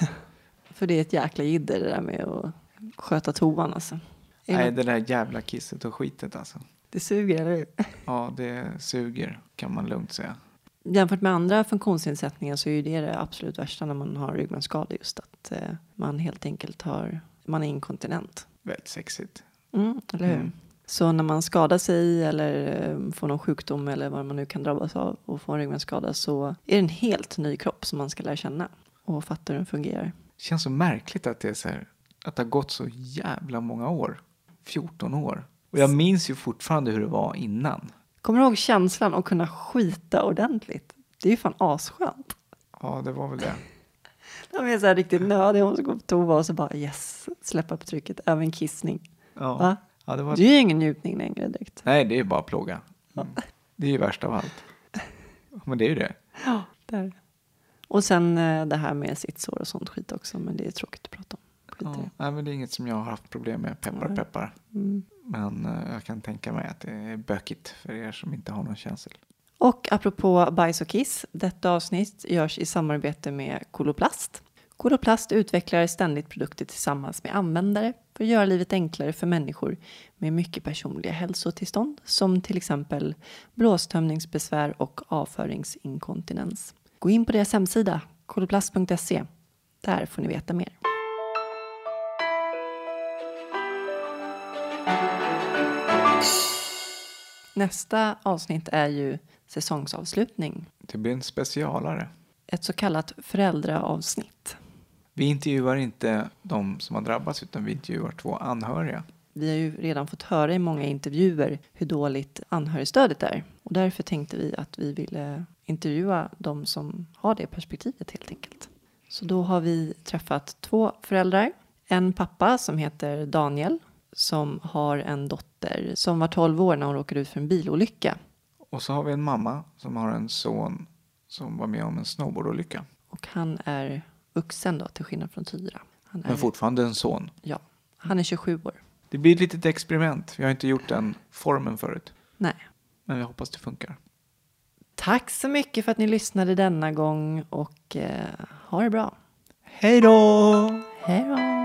För det är ett jäkla jidder det där med att sköta toan alltså. Är Nej, det... det där jävla kisset och skitet alltså. det suger, eller hur? Ja, det suger kan man lugnt säga. Jämfört med andra funktionsnedsättningar så är ju det det absolut värsta när man har ryggmärgsskada. Just att eh, man helt enkelt har, man är inkontinent. Väldigt sexigt. Mm, eller hur? Mm. Så när man skadar sig eller eh, får någon sjukdom eller vad man nu kan drabbas av och få en ryggmärgsskada så är det en helt ny kropp som man ska lära känna och fatta hur den fungerar. Det känns så märkligt att det är så här, att det har gått så jävla många år. fjorton år. Och jag minns ju fortfarande hur det var innan. Kommer du ihåg känslan att kunna skita ordentligt? Det är ju fan asskönt. Ja, det var väl det. De är så här riktigt nödiga. Hon ska gå på toa och så bara yes, släppa på trycket. Även kissning. Ja. Va? Ja, det var... Det är ju ingen njutning längre direkt. Nej, det är bara plåga. Mm. Det är ju värst av allt. Men det är ju det. Ja, det är det. Och sen eh, det här med sitsår och sånt skit också. Men det är tråkigt att prata om. Skit i Ja, det. nej, men det är inget som jag har haft problem med. Peppar, Nej. peppar. Mm. Men eh, jag kan tänka mig att det är bökigt för er som inte har någon känsel. Och apropå bajs och kiss. Detta avsnitt görs i samarbete med Koloplast. Koloplast utvecklar ständigt produkter tillsammans med användare för att göra livet enklare för människor med mycket personliga hälsotillstånd som till exempel blåstömningsbesvär och avföringsinkontinens. Gå in på deras hemsida koloplast punkt se. Där får ni veta mer. Nästa avsnitt är ju säsongsavslutning. Det blir en specialare. Ett så kallat föräldraavsnitt. Vi intervjuar inte de som har drabbats utan vi intervjuar två anhöriga. Vi har ju redan fått höra i många intervjuer hur dåligt anhörigstödet är. Och därför tänkte vi att vi ville intervjua de som har det perspektivet helt enkelt. Så då har vi träffat två föräldrar. En pappa som heter Daniel som har en dotter som var tolv år när hon råkade ut för en bilolycka. Och så har vi en mamma som har en son som var med om en snowboardolycka. Och han är vuxen då till skillnad från Tyra. Han är, Men fortfarande en son. ja, han är tjugosju år. Det blir ett litet experiment. Vi har inte gjort den formen förut. Nej. Men jag hoppas det funkar. Tack så mycket för att ni lyssnade denna gång och eh, ha det bra. Hej då! Hej då!